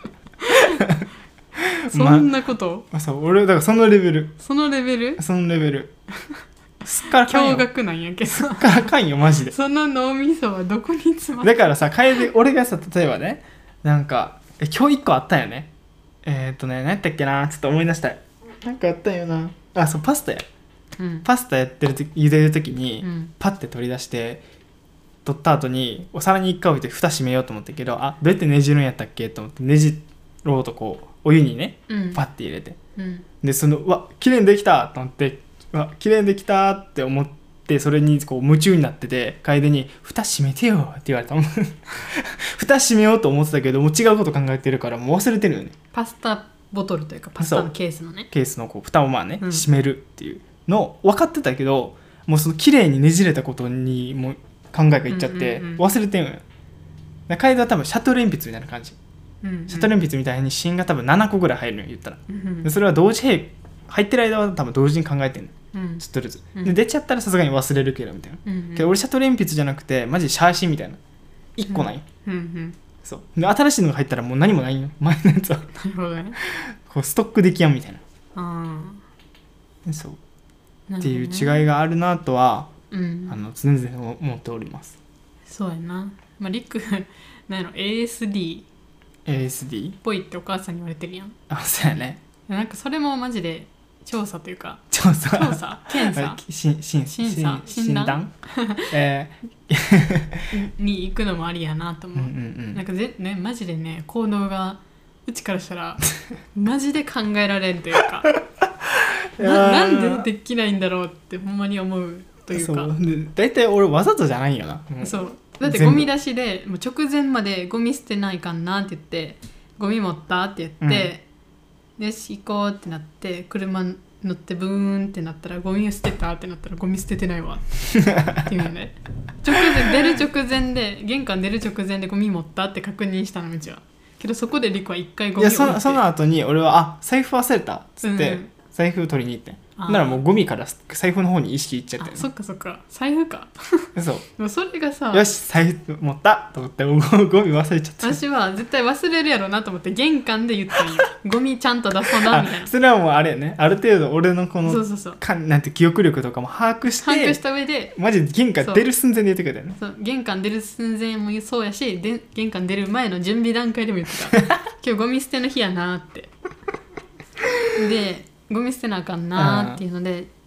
Speaker 2: そんなこと、
Speaker 1: まあ、そう俺だからそのレベル
Speaker 2: そのレベル
Speaker 1: そのレベルすっからかんよ
Speaker 2: 驚愕なんやけど
Speaker 1: すっからかんよマジで。
Speaker 2: その脳みそはどこに詰まって
Speaker 1: だからさ楓俺がさ例えばねなんかえ今日一個あったよねえー、っとね何やったっけなちょっと思い出したいなんかあったよなあそうパスタや
Speaker 2: うん
Speaker 1: パスタやってると茹でる時に、
Speaker 2: うん
Speaker 1: パッて取り出して取った後にお皿に一回置いて蓋閉めようと思ったけどあどうやってねじるんやったっけと思ってねじろうとこうお湯にね
Speaker 2: うん
Speaker 1: パッて入れて
Speaker 2: うん
Speaker 1: でそのうわ綺麗にできたと思ってうわ綺麗にできたって思ってそれにこう夢中になってて楓に蓋閉めてよって言われたもん蓋閉めようと思ってたけどもう違うこと考えてるからもう忘れてるよね。
Speaker 2: パスタボトルというかパスタのケースのね
Speaker 1: ケースのこう蓋をまあね、
Speaker 2: うん
Speaker 1: 閉めるっていうのを分かってたけどもうその綺麗にねじれたことにもう考えがいっちゃって
Speaker 2: うんうんうん
Speaker 1: 忘れてんのよ。で楓は多分シャトル鉛筆みたいな感じ
Speaker 2: うんうん
Speaker 1: シャトル鉛筆みたいに芯が多分ななこぐらい入るのよ言ったら
Speaker 2: うん
Speaker 1: でそれは同時並入ってる間は多分同時に考えてんの
Speaker 2: うん
Speaker 1: ちょっとずつ
Speaker 2: うん
Speaker 1: で出ちゃったらさすがに忘れるけどみたいな
Speaker 2: うん
Speaker 1: けど俺シャトル鉛筆じゃなくてマジでシャーシみたいないっこない、
Speaker 2: うんうん
Speaker 1: そうで新しいのが入ったらもう何もないんよ前のやつは
Speaker 2: なるほどね
Speaker 1: こうストックできやんみたいな
Speaker 2: あ
Speaker 1: そう
Speaker 2: あ
Speaker 1: っていう違いがあるなとは、
Speaker 2: うん
Speaker 1: あの全然思っております。
Speaker 2: そうやなまあリクなんやろ エーエスディー
Speaker 1: エーエスディー?
Speaker 2: っぽいってお母さんに言われてるやん
Speaker 1: あそうやね
Speaker 2: なんかそれもマジで調査というか
Speaker 1: 調査
Speaker 2: 調査検査
Speaker 1: ししし
Speaker 2: 審査
Speaker 1: し
Speaker 2: 診断
Speaker 1: え
Speaker 2: に行くのもありやなと
Speaker 1: ー、
Speaker 2: 思う、
Speaker 1: うんうんうん
Speaker 2: なんかぜ、ね、マジでね行動がうちからしたらマジで考えられんというか
Speaker 1: いやー
Speaker 2: ななんでできないんだろうってほんまに思うというか
Speaker 1: そうで大体俺わざとじゃないよな、うん
Speaker 2: そうだって
Speaker 1: 全部
Speaker 2: ゴミ出しでもう直前までゴミ捨てないかんなって言ってゴミ持ったって言って、よし行こうってなって車乗ってブーンってなったらゴミを捨てたってなったらゴミ捨ててないわっていうね直前出る直前で玄関出る直前でゴミ持ったって確認したのうちはけどそこでリコは一回ゴ
Speaker 1: いや
Speaker 2: ミ置いて
Speaker 1: そのその後に俺はあ財布忘れたっつって、
Speaker 2: うん
Speaker 1: 財布取りに行って
Speaker 2: あー
Speaker 1: ならもうゴミから財布の方に意識いっちゃって
Speaker 2: あそっかそっか財布か
Speaker 1: そう
Speaker 2: でもそれがさ
Speaker 1: よし財布持ったと思ってゴミ忘れちゃった
Speaker 2: 私は絶対忘れるやろなと思って玄関で言ったんよゴミちゃんと出そうなみたいな
Speaker 1: あそれはもうあれやねある程度俺のこの
Speaker 2: そうそうそう
Speaker 1: かなんて記憶力とかも把握して
Speaker 2: 把握した上で
Speaker 1: マジで玄関出る寸前で言ってくれたよね
Speaker 2: そう玄関出る寸前もそうやしで玄関出る前の準備段階でも言ってた今日ゴミ捨ての日やなってでゴミ捨てなあかんなっていうので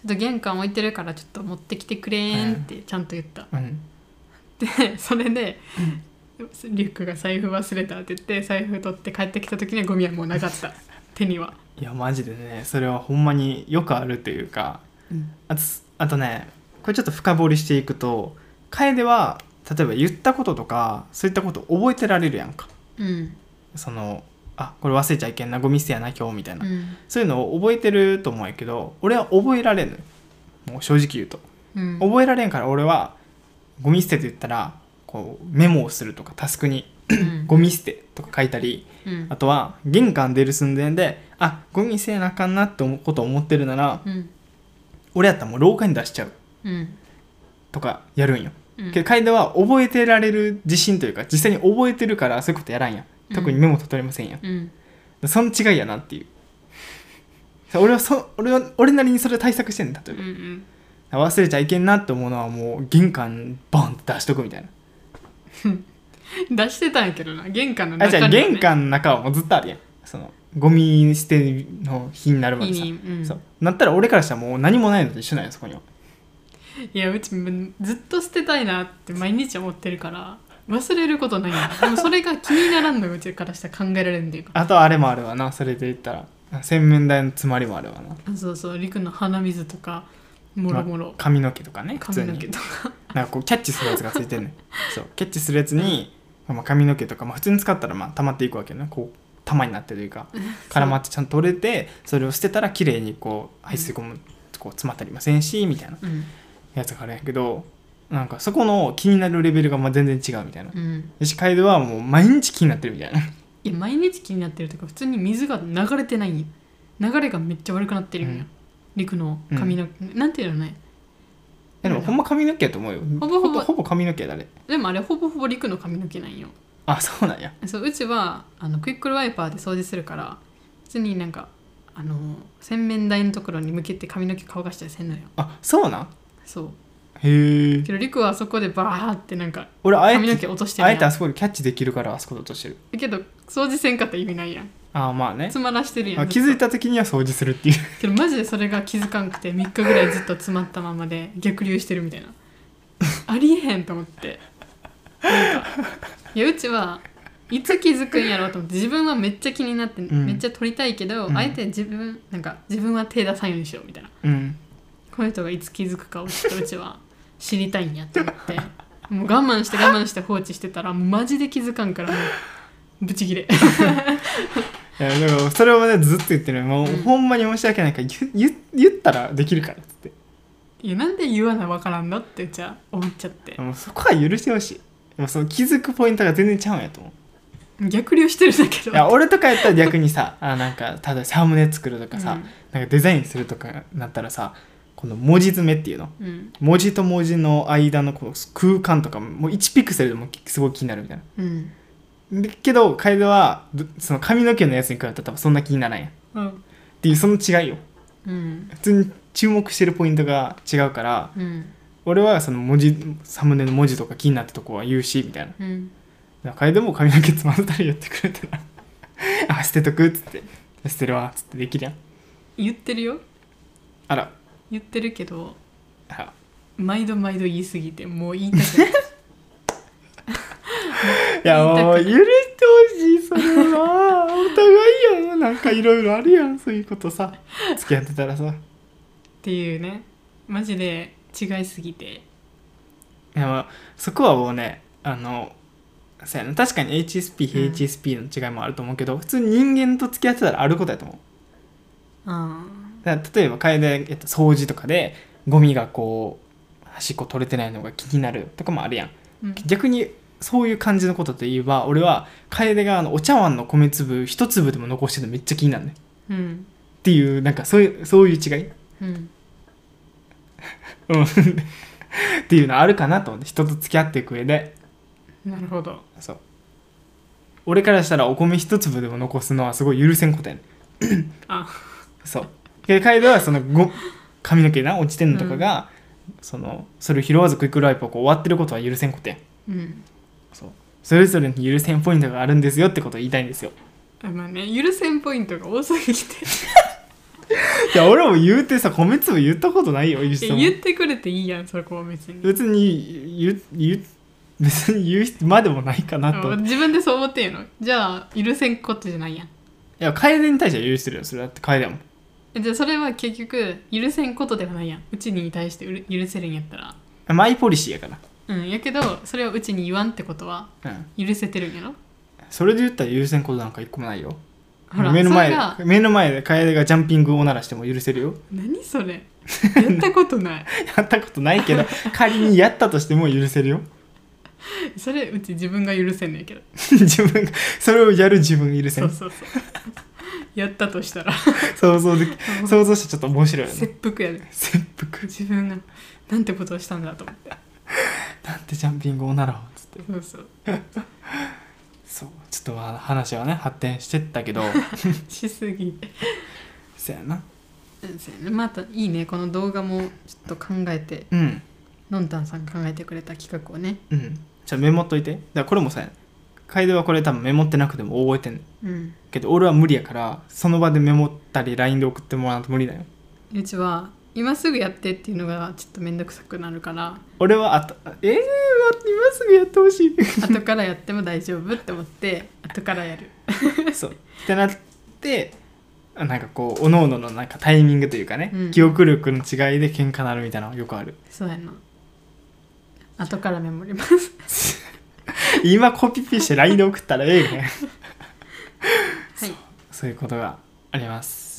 Speaker 2: っと玄関置いてるからちょっと持ってきてくれーんってちゃんと言った、
Speaker 1: うん、
Speaker 2: でそれで、うん、リュックが財布忘れたって言って財布取って帰ってきた時にはゴミはもうなかった手には。
Speaker 1: いやマジでねそれはほんまによくあるというか、うん、あと、あとねこれちょっと深掘りしていくと楓は例えば言ったこととかそういったこと覚えてられるやんか、
Speaker 2: うん、
Speaker 1: そのあこれ忘れちゃいけんなゴミ捨てやな今日みたいな、
Speaker 2: うん、
Speaker 1: そういうのを覚えてると思うんやけど俺は覚えられんのよもう正直言うと、うん、覚えられんから俺はゴミ捨てって言ったらこうメモをするとかタスクにゴミ捨てとか書いたり、うん、あとは玄関出る寸前であゴミ捨てなあかんなって思うことを思ってるなら、うん、俺やったらもう廊下に出しちゃう、うん、とかやるんよ、うん、けど楓は覚えてられる自信というか実際に覚えてるからそういうことやらんやん特にメモ取れませんや、うん、その違いやなっていう俺はそ俺は俺なりにそれ対策してんねん例えば、うんうん、忘れちゃいけんなって思うのはもう玄関ボンって出しとくみたいな
Speaker 2: 出してたんやけどな玄関の中
Speaker 1: に、ね、あじゃあ玄関の中はもうずっとあるやんそのゴミ捨ての日になるまでさ、うん、そうなったら俺からしたらもう何もないのと一緒なんやそこには。
Speaker 2: いやうちずっと捨てたいなって毎日思ってるから忘れることないんだでもそれが気にならんのがうちからしたら考えられるんでいうか
Speaker 1: あとあれもあるわなそれで言ったら洗面台の詰まりもあるわな
Speaker 2: そうそう陸の鼻水とかもろもろ、まあ、
Speaker 1: 髪の毛とかね
Speaker 2: 髪の毛とか
Speaker 1: なんかこうキャッチするやつがついてんねんそうキャッチするやつに、まあ、髪の毛とか、まあ、普通に使ったらまあ溜まっていくわけねこう玉になってるというか絡まってちゃんと取れてそれを捨てたら綺麗にこう排水口もこう詰まったりませんしみたいなやつがあるんやけどなんかそこの気になるレベルがまあ全然違うみたいな、うん、よし楓はもう毎日気になってるみたいない
Speaker 2: や毎日気になってるというか普通に水が流れてないんよ流れがめっちゃ悪くなってるんよ、うん、陸の髪の毛、うん、なんていうのね
Speaker 1: でもほんま髪の毛やと思うよ
Speaker 2: ほぼほぼ
Speaker 1: ほぼ髪の毛だね
Speaker 2: でもあれほぼほぼ陸の髪の毛なんよ
Speaker 1: あそうなんや
Speaker 2: そううちはあのクイックルワイパーで掃除するから普通になんかあの洗面台のところに向けて髪の毛乾かしたりせんのよ
Speaker 1: あそうなん
Speaker 2: そう
Speaker 1: へえ
Speaker 2: けどリクはあそこでバーってなんか
Speaker 1: 俺あえて
Speaker 2: 髪の毛落としてるやん
Speaker 1: あえてあそこでキャッチできるからあそこで落としてる
Speaker 2: けど掃除せんかったら意味ないやん
Speaker 1: あまあね
Speaker 2: 詰まらしてるやん、
Speaker 1: まあ、気づいた時には掃除するっていう
Speaker 2: けどマジでそれが気づかんくてみっかぐらいずっと詰まったままで逆流してるみたいなありえへんと思ってなんかいやうちはいつ気づくんやろうと思って自分はめっちゃ気になって、うん、めっちゃ撮りたいけど、うん、あえて自分なんか自分は手出さんようにしようみたいな、うん、この人がいつ気づくかをちょっとうちは知りたいんやって思ってもう我慢して我慢して放置してたらもうマジで気づかんからもうブチギレい
Speaker 1: やだからそれをねずっと言ってるもう、うん、ほんまに申し訳ないから 言, 言, 言ったらできるからっつって
Speaker 2: いやなんで言わな分からんのってじゃあ思っちゃって
Speaker 1: もうそこは許してほしいもうその気づくポイントが全然ちゃうんやと思う
Speaker 2: 逆流してるんだけど
Speaker 1: いや俺とかやったら逆にさあなんかただサムネ作るとかさ、うん、なんかデザインするとかなったらさこの文字詰めっていうの、うん、文字と文字の間のこの空間とかもういちピクセルでもすごい気になるみたいな、うん、だけど楓はその髪の毛のやつに比べたら多分そんな気にならんや、うん、っていうその違いよ、うん、普通に注目してるポイントが違うから、うん、俺はその文字サムネの文字とか気になったとこは言うしみたいな、うん楓も髪の毛つまんだりやってくれてなあ捨てとくっつって捨てるわっつってできるやん
Speaker 2: 言ってるよ
Speaker 1: あら
Speaker 2: 言ってるけど毎度毎度言いすぎてもう言いたくないい
Speaker 1: やもう許してほしいそれはお互いやんなんかいろいろあるやんそういうことさ付き合ってたらさ
Speaker 2: っていうねマジで違いすぎてい
Speaker 1: やまあそこはもうねあのそうやな確かに エイチエスピー、エイチエスピー の違いもあると思うけど、うん、普通に人間と付き合ってたらあることやと思う。あだから例えば楓で掃除とかでゴミがこう端っこ取れてないのが気になるとかもあるやん、うん、逆にそういう感じのことといえば俺は楓があのお茶碗の米粒一粒でも残してるのめっちゃ気になるね、うん、っていうなんかそういうそういう違い、うんっていうのあるかなと思って人と付き合っていく上で
Speaker 2: なるほど
Speaker 1: そう俺からしたらお米一粒でも残すのはすごい許せんことやねあそうで楓はそのご髪の毛な落ちてんのとかが、うん、そのそれを拾わずクイックライプをこう終わってることは許せんことや、うん、そうそれぞれに許せんポイントがあるんですよってことを言いたいんですよ
Speaker 2: あまあね許せんポイントが多すぎて
Speaker 1: いや俺も言うてさ米粒言ったことないよ。
Speaker 2: 言ってくれていいやんそこは別に。
Speaker 1: 別に言う言う別に言うまでもないかなと。
Speaker 2: 自分でそう思ってんの。じゃあ許せんことじゃないやん。い
Speaker 1: や楓に対しては許してるよ。それだって楓も。
Speaker 2: じゃあそれは結局許せんことではないやん。うちに対して許せるんやったら
Speaker 1: マイポリシーやから。
Speaker 2: うんやけどそれをうちに言わんってことは許せてるんやろ、うん、
Speaker 1: それで言ったら許せんことなんか一個もないよ。
Speaker 2: ほら
Speaker 1: 目の前で目の前で楓がジャンピングを鳴らしても許せるよ。
Speaker 2: 何それやったことない
Speaker 1: やったことないけど仮にやったとしても許せるよ。
Speaker 2: それうち自分が許せんねんけど
Speaker 1: 自分がそれをやる自分許せん。
Speaker 2: そうそうそうやったとしたら
Speaker 1: 想像で想像してちょっと面白いよね。
Speaker 2: 切腹やで。
Speaker 1: 切腹。
Speaker 2: 自分がなんてことをしたんだと思って
Speaker 1: なんてジャンピングを習おうっつって。
Speaker 2: そうそう
Speaker 1: そうちょっとまあ話はね発展してったけど
Speaker 2: しすぎ
Speaker 1: そやな。
Speaker 2: またいいねこの動画もちょっと考えて、
Speaker 1: うん、
Speaker 2: のんたんさんが考えてくれた企画をね、
Speaker 1: うん、じゃあメモっといて。だからこれもさ楓はこれ多分メモってなくても覚えてんねん、うん、けど俺は無理やからその場でメモったり ライン で送ってもらうと無理だよ。
Speaker 2: うちは今すぐやってっていうのがちょっとめんどくさくなるから
Speaker 1: 俺はあとえー、今すぐやってほしい
Speaker 2: 後からやっても大丈夫って思って後からやる
Speaker 1: そうってなってなんかこうおのおののなんかタイミングというかね、うん、記憶力の違いで喧嘩なるみたいなのよくある。
Speaker 2: そうやな。後からメモります
Speaker 1: 今コピペして ライン で送ったらええね
Speaker 2: はい、
Speaker 1: そ, そういうことがあります。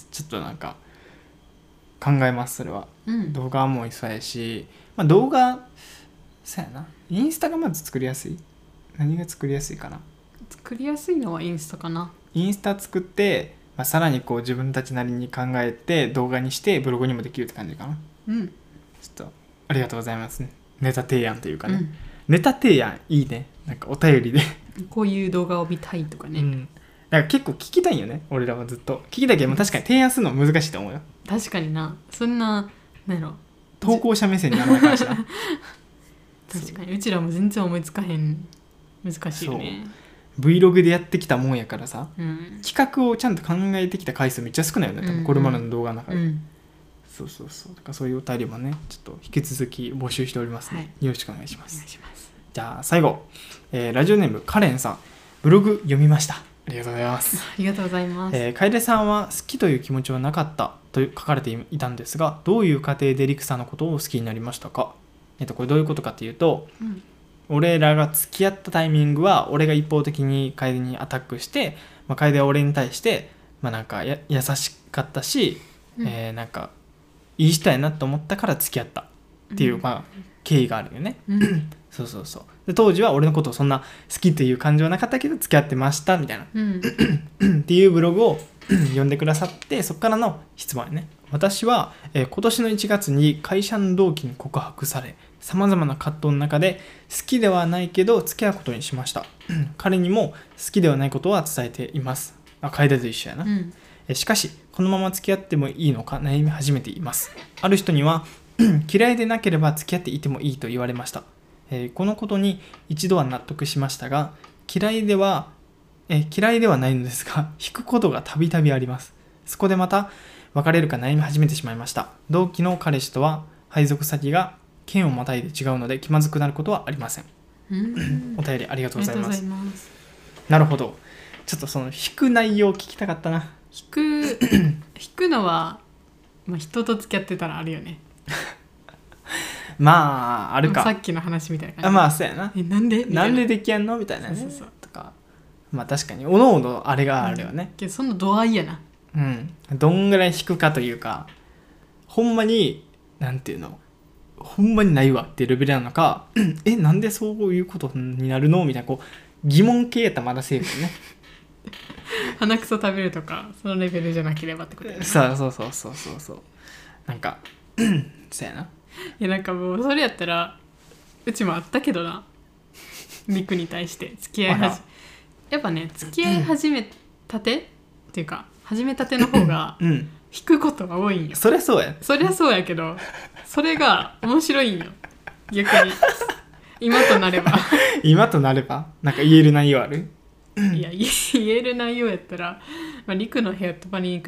Speaker 1: ちょっとなんか考えますそれは、うん、動画もそうやし、まあ、動画そうやなインスタがまず作りやすい。何が作りやすいかな。
Speaker 2: 作りやすいのはインスタかな。
Speaker 1: インスタ作って、まあ、さらにこう自分たちなりに考えて動画にしてブログにもできるって感じかな。
Speaker 2: うんちょ
Speaker 1: っとありがとうございます、ね、ネタ提案というかね、うん、ネタ提案いいね。なんかお便りで
Speaker 2: こういう動画を見たいとかね、うん、
Speaker 1: だから結構聞きたいよね。俺らはずっと聞きたいけど、うん、確かに提案するの難しいと思うよ。
Speaker 2: 確かにな。そんななんやろ
Speaker 1: 投稿者目線にならないからしな
Speaker 2: 確かにうちらも全然思いつかへん。難しいよね。
Speaker 1: Vlog でやってきたもんやからさ、
Speaker 2: うん、
Speaker 1: 企画をちゃんと考えてきた回数めっちゃ少ないよね多分これまでの動画の中で、うんうん、そうそうそう。だからそういうお便りもねちょっと引き続き募集しておりますので、はい、よろしくお願いします。
Speaker 2: お願いします。
Speaker 1: じゃあ最後、えー、ラジオネームカレンさん。ブログ読みました。ありがとうございます。
Speaker 2: ありがとうございます。
Speaker 1: えー、楓さんは好きという気持ちはなかったと書かれていたんですが、どういう過程でリクさんのことを好きになりましたか。えっとこれどういうことかっていうと、うん、俺らが付き合ったタイミングは俺が一方的に楓にアタックして、まあ、楓は俺に対して、まあ、なんかや優しかったし、うんえー、なんかいい人やなと思ったから付き合ったっていう、うんまあ、経緯があるよね、うん、そうそうそう。で当時は俺のことをそんな好きっていう感情はなかったけど付き合ってましたみたいな、うん、っていうブログを読んでくださって、そこからの質問やね。私は、えー、今年のいちがつに会社の同期に告白され、さまざまな葛藤の中で好きではないけど付き合うことにしました。彼にも好きではないことは伝えています。あ、楓と一緒やな、うん、えしかしこのまま付き合ってもいいのか悩み始めています。ある人には嫌いでなければ付き合っていてもいいと言われました。えー、このことに一度は納得しましたが、嫌いでは、えー、嫌いではないのですが引くことがたびたびあります。そこでまた別れるか悩み始めてしまいました。同期の彼氏とは配属先が県をまたいで違うので気まずくなることはありません。お便りありがとうございます。
Speaker 2: ます
Speaker 1: なるほど。ちょっとその引く内容を聞きたかったな。
Speaker 2: 引く引くのは、まあ、人と付き合ってたらあるよね
Speaker 1: まああるか。
Speaker 2: さっきの話みたいな感じ。
Speaker 1: あまあそうやな。
Speaker 2: えなんで
Speaker 1: なんでできやんのみたいなね。
Speaker 2: そうそうそう
Speaker 1: とかまあ確かにおのおのあれがあるよね、
Speaker 2: うん、けどその度合いやな。
Speaker 1: うんどんぐらい引くかというか、ほんまになんていうのほんまにないわっていうレベルなのかえなんでそういうことになるのみたいなこう疑問系やったらまだセーフね
Speaker 2: 鼻くそ食べるとかそのレベルじゃなければってことやな。
Speaker 1: そうそうそうそうそうそうなんかそうやな。
Speaker 2: いやなんかもうそれやったらうちもあったけどなミクに対して付き合いはじやっぱね付き合い始めたてっていうか始めたての方が引くことが多いんよ。
Speaker 1: そりゃそうや
Speaker 2: そりゃそうやけどそれが面白いんよ逆に今となれば
Speaker 1: 今となればなんか言える内容ある？
Speaker 2: いや言える内容やったら、まあ、リクの部屋飛ばに行くやん。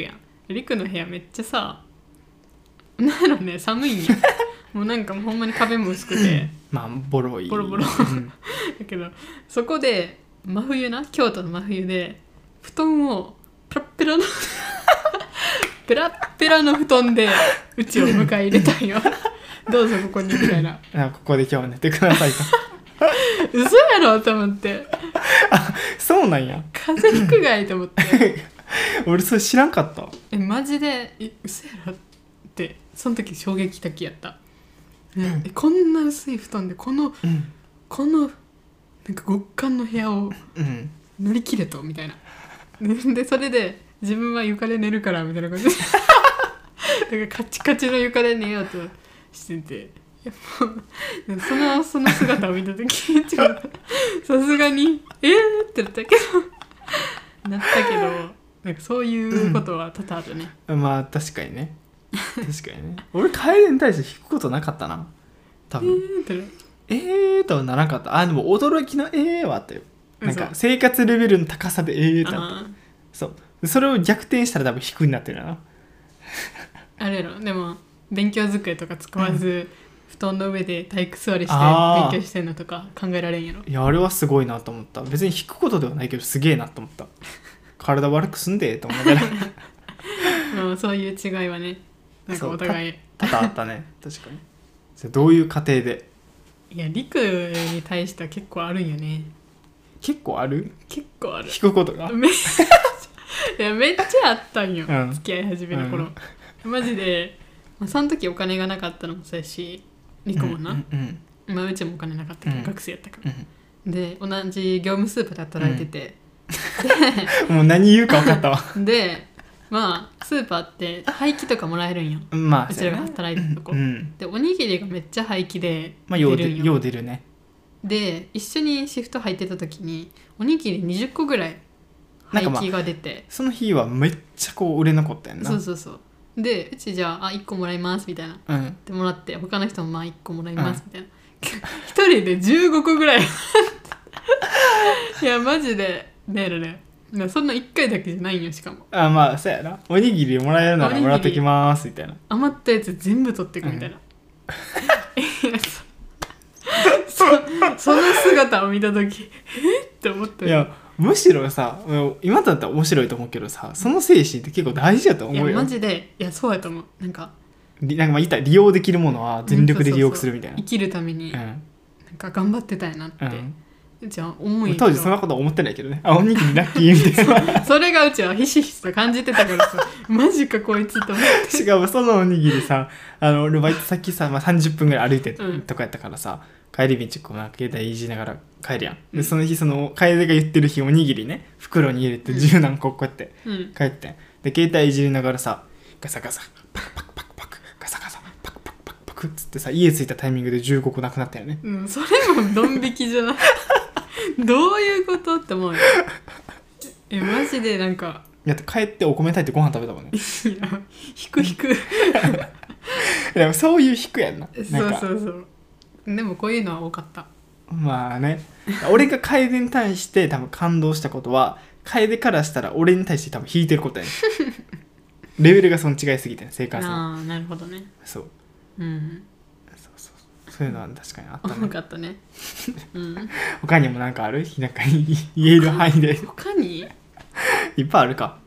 Speaker 2: リクの部屋めっちゃさなんやろね寒いんよもうなんかほんまに壁も薄くて
Speaker 1: まあボロい
Speaker 2: ボロボロ
Speaker 1: うん
Speaker 2: だけどそこで真冬な京都の真冬で布団をペラッペラのペラッペラの布団でうちを迎え入れたんよどうぞここにみたいな
Speaker 1: あここで今日は寝てくださいと
Speaker 2: 嘘やろと思って
Speaker 1: あそうなんや
Speaker 2: 風邪ひくがいと思って
Speaker 1: 俺それ知らんかった
Speaker 2: えマジでえ嘘やろってその時衝撃的やった、うん、えこんな薄い布団でこの、
Speaker 1: うん、
Speaker 2: このなんか極寒の部屋を
Speaker 1: うん
Speaker 2: 乗り切れとみたいなでそれで自分は床で寝るからみたいな感じでだからカチカチの床で寝ようとしてていやもうそのその姿を見た時ちょっとさすがにえーってなったけどなったけどなんかそういうことは多々あるね、
Speaker 1: まあ確かにね確かにね俺楓に対して弾くことなかったな多分
Speaker 2: えーってな
Speaker 1: えーとはならなかったあでも驚きのえーはあったよなんか
Speaker 2: 嘘
Speaker 1: 生活レベルの高さでえーってなった
Speaker 2: あ
Speaker 1: そうそれを逆転したら多分低くなってるな
Speaker 2: あれやろでも勉強机とか使わず、うん、布団の上で体育座りして
Speaker 1: あー
Speaker 2: 勉強してんのとか考えられんやろ
Speaker 1: いやあれはすごいなと思った別に弾くことではないけどすげえなと思った体悪くすんでと思ったら
Speaker 2: うんそういう違いはねなんかお互い
Speaker 1: 多々あったね確かにじゃあどういう過程で
Speaker 2: いやリクに対しては結構あるんよね
Speaker 1: 結構ある
Speaker 2: 結構ある
Speaker 1: 弾くことが
Speaker 2: めっちゃいやめっちゃあったんよ、
Speaker 1: うん、
Speaker 2: 付き合い始めの頃、うん、マジで、まあ、その時お金がなかったのもそうやしリクもな、
Speaker 1: うんうん
Speaker 2: うんまあ、うちもお金なかったけど、
Speaker 1: うん、
Speaker 2: 学生やったから、
Speaker 1: うん、
Speaker 2: で同じ業務スーパーで働いてて、
Speaker 1: うん、もう何言うか分かったわ
Speaker 2: でまあスーパーって廃棄とかもらえるんよ、
Speaker 1: まあ
Speaker 2: うちらが働いてたとこ、
Speaker 1: うん、
Speaker 2: でおにぎりがめっちゃ廃棄で
Speaker 1: まあよう出るんよ、よう出るね
Speaker 2: で一緒にシフト入ってた時におにぎりにじゅっこぐらい廃棄が出て、
Speaker 1: まあ、その日はめっちゃこう売れ残ったやんな
Speaker 2: そうそうそうでうちじゃああいっこもらいますみたいな、
Speaker 1: うん、
Speaker 2: でもらって他の人もまあいっこもらいますみたいな、一、うん、人でじゅうごこぐらいいやマジでねえねそんないっかいだけじゃないんよしかもあ
Speaker 1: まあそうやなおにぎりもらえるならもらってきますみたいな
Speaker 2: 余ったやつ全部取ってくみたいな、うん、そ, その姿を見た時えって思ったよ。
Speaker 1: いやむしろさ今だったら面白いと思うけどさその精神って結構大事だと思うよ。
Speaker 2: いやマジでいやそうやと思うなんか
Speaker 1: なんかまあ言ったら利用できるものは全力で利用するみたいな、
Speaker 2: うん、そうそうそう生きるために、うん、なんか頑張ってたやなって、うん、じゃあ思い
Speaker 1: 当時そんなことは思ってないけどねあおにぎりラッキーみたいな
Speaker 2: そ, それがうちはひしひしと感じてたからさマジかこいつと思って
Speaker 1: しかもそのおにぎりさあの俺バイト先さ、まあ、さんじゅっぷんぐらい歩いてとかやったからさ、うん、帰り道こうなんか携帯いじりながら帰るやん、うん、でその日その楓が言ってる日おにぎりね袋に入れて十何個こうやって帰って、うん、で携帯いじりながらさガサガサパクパクパクパクガサガサパクパクパクパクっつってさ家着いたタイミングでじゅうごこなくなったよね。
Speaker 2: うん、それもドン引きじゃないどういうことって思うよえマジでなんか
Speaker 1: いや帰ってお米炊いてご飯食べたもんね。
Speaker 2: いや引く引く
Speaker 1: でもそういう引くやんな。
Speaker 2: そうそうそうでもこういうのは多かった。
Speaker 1: まあね俺が楓に対して多分感動したことは楓からしたら俺に対して多分引いてることやねレベルがその違いすぎてね生活の。
Speaker 2: ああなるほどね。
Speaker 1: そう
Speaker 2: うん
Speaker 1: そうそうそういうのは確かにあったね。
Speaker 2: 多かったね、うん、
Speaker 1: 他にも何かあるなんか言える範囲で
Speaker 2: 他に
Speaker 1: いっぱいあるか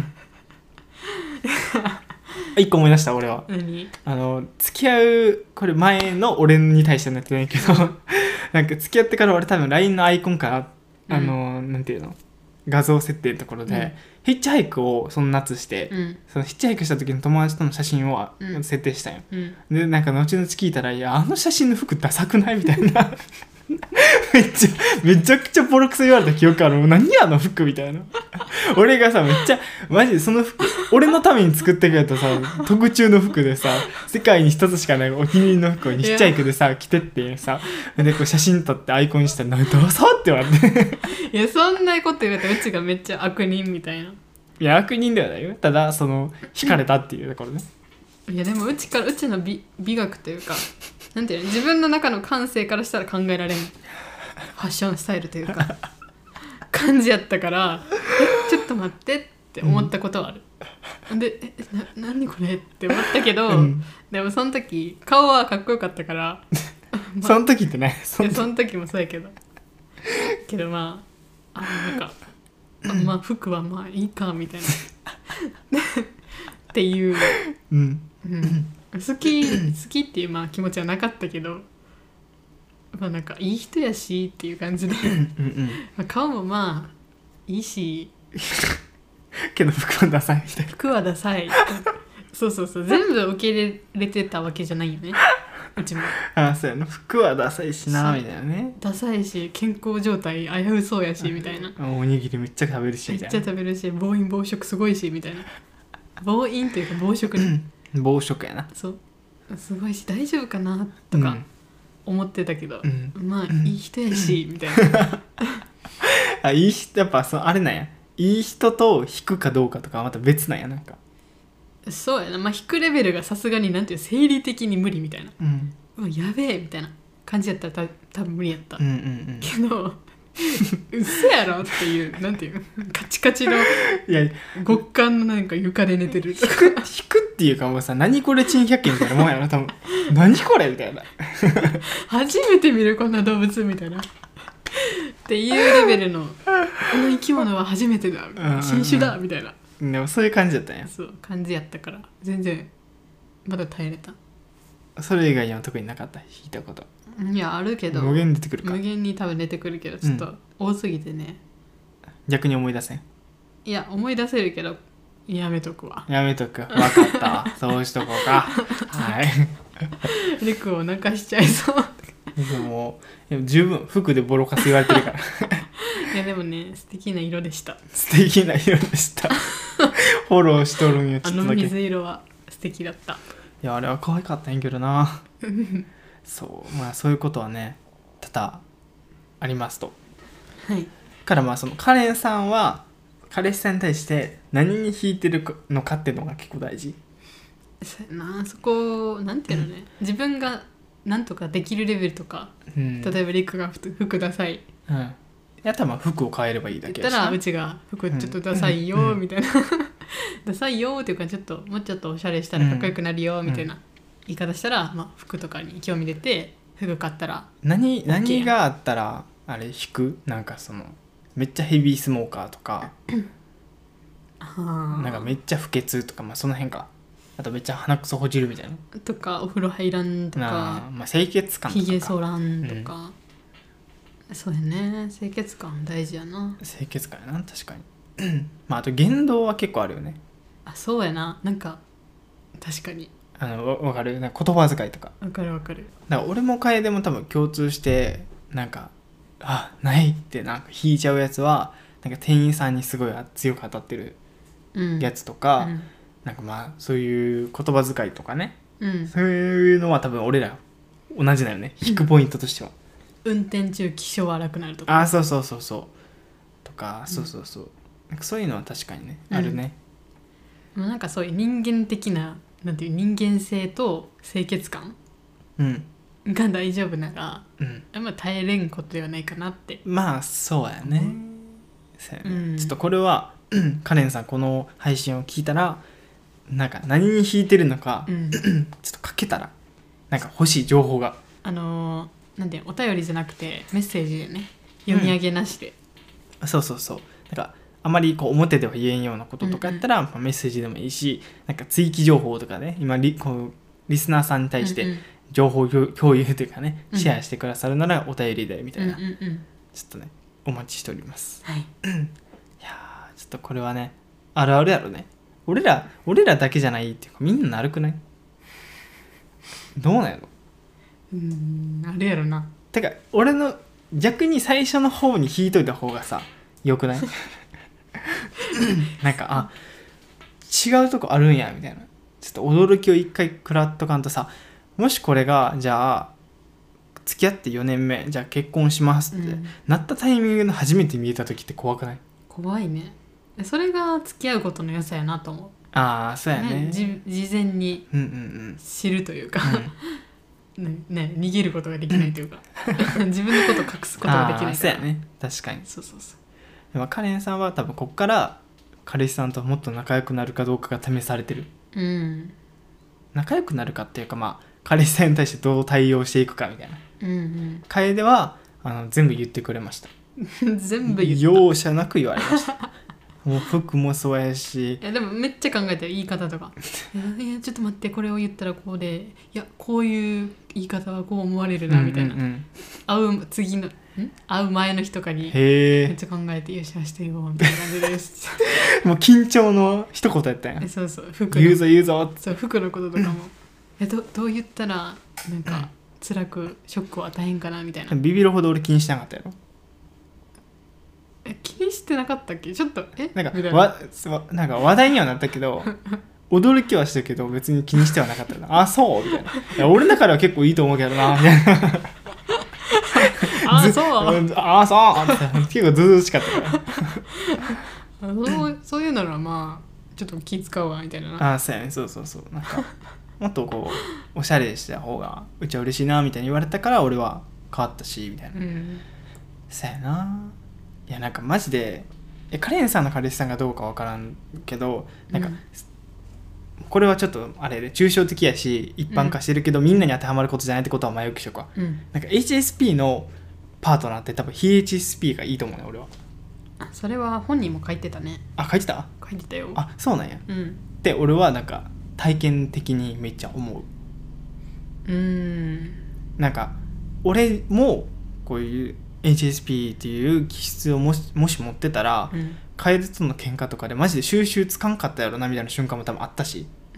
Speaker 1: 一個思い出した俺は。
Speaker 2: 何
Speaker 1: あの付き合うこれ前の俺に対してのやってないけどなんか付き合ってから俺多分 ライン のアイコンからあの、うん、なんていうの画像設定のところで、うん、ヒッチハイクをその夏して、うん、そのヒッチハイクした時の友達との写真を設定したんよ、うん、でなんか後々聞いたらいやあの写真の服ダサくないみたいなめっちゃめちゃくちゃボロクソ言われた記憶ある。何あの服みたいな俺がさめっちゃマジでその服俺のために作ってくれたさ特注の服でさ世界に一つしかないお気に入りの服をヒッチハイクでさ着てってさでこう写真撮ってアイコンにしたら「ダサ!」って言われて
Speaker 2: いやそんなこと言われたらうちがめっちゃ悪人みたいな。
Speaker 1: いや悪人ではないよただその惹かれたっていうところね。
Speaker 2: いやでもうちからうちの 美, 美学というかなんていうの自分の中の感性からしたら考えられんファッションスタイルというか感じやったからえちょっと待ってって思ったことはある、 でえな何これって思ったけど、
Speaker 1: うん、
Speaker 2: でもその時顔はかっこよかったから、
Speaker 1: まあ、その時ってね
Speaker 2: その時その時もそうやけどけどまああなんかあまあ服はまあいいかみたいなっていう、
Speaker 1: うん
Speaker 2: うん、好き好きっていうまあ気持ちはなかったけど、まあなんかいい人やしっていう感じで
Speaker 1: うん、うん
Speaker 2: まあ顔もまあいいし
Speaker 1: けど服はダサいみたいな。
Speaker 2: 服はダサいそうそうそう全部受け入れれてたわけじゃないよねうちも。
Speaker 1: ああそうやな、服はダサいしなみたいなね。
Speaker 2: ダサいし健康状態危うそうやしみたいな。
Speaker 1: おにぎりめっちゃ食べるし
Speaker 2: めっ
Speaker 1: みたいな。
Speaker 2: ちゃ食べるし暴飲暴食すごいしみたいな。暴飲というか暴食ね
Speaker 1: 暴食やな。
Speaker 2: そうすごいし大丈夫かなとか思ってたけど、
Speaker 1: うん、
Speaker 2: まあいい人やし、うん、みたいな
Speaker 1: あいい人やっぱそあれなんや、いい人と引くかどうかとかはまた別なんや。なんか
Speaker 2: そうやな、まあ引くレベルがさすがになんていう生理的に無理みたいな、
Speaker 1: うん、
Speaker 2: うわやべえみたいな感じやったらた多分無理やった、
Speaker 1: うんうんうん、
Speaker 2: けど嘘やろっていうなんていうカチカチの
Speaker 1: いや
Speaker 2: 極寒のなんか床で寝てるとか
Speaker 1: 引く引くっていうかもうさ、何これ珍百景みたいなもんやろ多分何これみたいな
Speaker 2: 初めて見るこんな動物みたいなっていうレベルのこの生き物は初めてだ新種だみたいな、
Speaker 1: でもそういう感じだったんや。
Speaker 2: そう感じやったから全然まだ耐えれた。
Speaker 1: それ以外には特になかった、引いたこと。
Speaker 2: いやあるけど
Speaker 1: 無限に出てくるか。
Speaker 2: 無限に多分出てくるけどちょっと多すぎてね、
Speaker 1: うん、逆に思い出せん。
Speaker 2: いや思い出せるけどやめとくわ。
Speaker 1: やめとく。分かったそうしとこうかはい
Speaker 2: リクを泣かしちゃいそう
Speaker 1: でもでも十分服でボロカス言われてるから
Speaker 2: いやでもね素敵な色でした。
Speaker 1: 素敵な色でしたフォローしとるんよちょっとだけ。
Speaker 2: あの水色は素敵だった。
Speaker 1: いやあれは可愛かったんやけどなそうまあそういうことはね多々ありますと。
Speaker 2: はい
Speaker 1: からまあそのカレンさんは彼氏さんに対して何に引いてるのかっていうのが結構大事。
Speaker 2: そうやな、そこなんていうのね、うん、自分がなんとかできるレベルとか、うん、例えばリクが服ダサい、
Speaker 1: うん、やったらまあ服を変えればいいだけ
Speaker 2: やったらうちが服ちょっとダサいよ、うん、みたいなダサいよっていうかちょっともうちょっとおしゃれしたらかっこよくなるよ、みたいな言い方したら、まあ、服とかに興味出て服買ったら
Speaker 1: 何, 何があったらあれ引く。なんかそのめっちゃヘビースモーカーとかなんかめっちゃ不潔とか、まあ、その辺か。あとめっちゃ鼻くそほじるみたいな
Speaker 2: とかお風呂入らんとか、
Speaker 1: まあ、清潔感とか
Speaker 2: ひげ剃らんとか、うん、そうやね清潔感大事やな。
Speaker 1: 清潔感やな確かにまああと言動は結構あるよね。
Speaker 2: あそうやな、なんか確かに
Speaker 1: あのわ分かるなんか言葉遣いとか
Speaker 2: 分かる分かる。
Speaker 1: だから俺も楓も多分共通してなんかあないってなんか引いちゃうやつはなんか店員さんにすごい強く当たってるやつとか、うん、なんかまあそういう言葉遣いとかね、うん、そういうのは多分俺ら同じだよね、引くポイントとしては、
Speaker 2: うん、運転中気性荒くなるとか、
Speaker 1: あそうそうそうそうとか、うん、そうそうそうなんかそういうのは確かにね、うん、あるね。
Speaker 2: もうなんかそういう人間的ななんていう人間性と清潔感、うんが大丈夫なら、うん、あんま耐えれんことではないかなって。
Speaker 1: まあそうやね、うんそうやね、うん、ちょっとこれはカレンさんこの配信を聞いたらなんか何に引いてるのか、うん、ちょっと書けたらなんか欲しい情報が
Speaker 2: あのー、なんてお便りじゃなくてメッセージでね読み上げなしで、
Speaker 1: うん、そうそうそうなんかあまりこう表では言えんようなこととかやったら、うんうんまあ、メッセージでもいいしなんか追記情報とかね今リこうリスナーさんに対して、うんうん情報共有というかねシェアしてくださるならお便りでみたいな、うんうんうん、ちょっとねお待ちしております、はい、いやちょっとこれはねあるあるやろね。俺ら俺らだけじゃないっていうかみんななるくない？どうなんやろ。
Speaker 2: うーんあるやろな。
Speaker 1: てか俺の逆に最初の方に引いといた方がさよくないなんかあ違うとこあるんやみたいなちょっと驚きを一回食らっとかんとさもしこれがじゃあ付き合ってよねんめじゃあ結婚しますって、うん、なったタイミングの初めて見えた時って怖くない？
Speaker 2: 怖いね。それが付き合うことの良さやなと思う。
Speaker 1: ああそうやね、
Speaker 2: ね、じ事前に知るというか、うんうんうんね、ね逃げることができないというか自分のことを隠すことができないから。
Speaker 1: そうやね確かに。
Speaker 2: そうそうそう。
Speaker 1: でもカレンさんは多分こっから彼氏さんともっと仲良くなるかどうかが試されてる。
Speaker 2: うん
Speaker 1: 仲良くなるかっていうか、まあ彼氏さんに対してどう対応していくかみたいな。
Speaker 2: うん
Speaker 1: 楓はあの全部言ってくれました。
Speaker 2: うん全部言った。
Speaker 1: 容赦なく言われました。もう服もそうやし、
Speaker 2: いやでもめっちゃ考えてる言い方とかいやいやちょっと待ってこれを言ったらこうでいやこういう言い方はこう思われるなみたいな、
Speaker 1: うんうんうん、
Speaker 2: 会う次のん会う前の日とかに
Speaker 1: へえ
Speaker 2: めっちゃ考えてよしあしてよみたいな感じです
Speaker 1: もう緊張の一言やったんや。
Speaker 2: えそうそう服の
Speaker 1: 言うぞ言うぞって。
Speaker 2: そう服のこととかもえ ど, どう言ったらなんか辛くショックを与えへんかなみたいな。
Speaker 1: ビビるほど俺気にしてなかったやろ。
Speaker 2: え気にしてなかったっけちょっとえ
Speaker 1: なんか
Speaker 2: みたいな
Speaker 1: わなんか話題にはなったけど驚きはしたけど別に気にしてはなかったな。あそうみたいな。いや俺の中では結構いいと思うけどなみたいな。
Speaker 2: あそう
Speaker 1: ずあそうって結構ずうずうしかったから
Speaker 2: あそうそういうならまあちょっと気使うわみたいなな。
Speaker 1: あそうやねそうそうそうなんかもっとこうおしゃれした方がうちは嬉しいなみたいに言われたから俺は変わったしみたいな、
Speaker 2: うん、
Speaker 1: そうやないやなんかマジでえカレンさんの彼氏さんがどうかわからんけどなんか、うん、これはちょっとあれで抽象的やし一般化してるけど、うん、みんなに当てはまることじゃないってことは前置きしとくわ、うん、なんか エイチエスピー のパートナーって多分非 エイチエスピー がいいと思うね俺は。
Speaker 2: あそれは本人も書いてたね。
Speaker 1: あ書いてた
Speaker 2: 書いてたよ。
Speaker 1: あそうなんや、
Speaker 2: うん、
Speaker 1: で俺はなんか体験的にめっちゃ思う。
Speaker 2: うーん
Speaker 1: なんか俺もこういう エイチエスピー っていう気質をもし、もし持ってたら、うん、楓との喧嘩とかでマジで収拾つかんかったやろなみたいな瞬間も多分あったし、うん、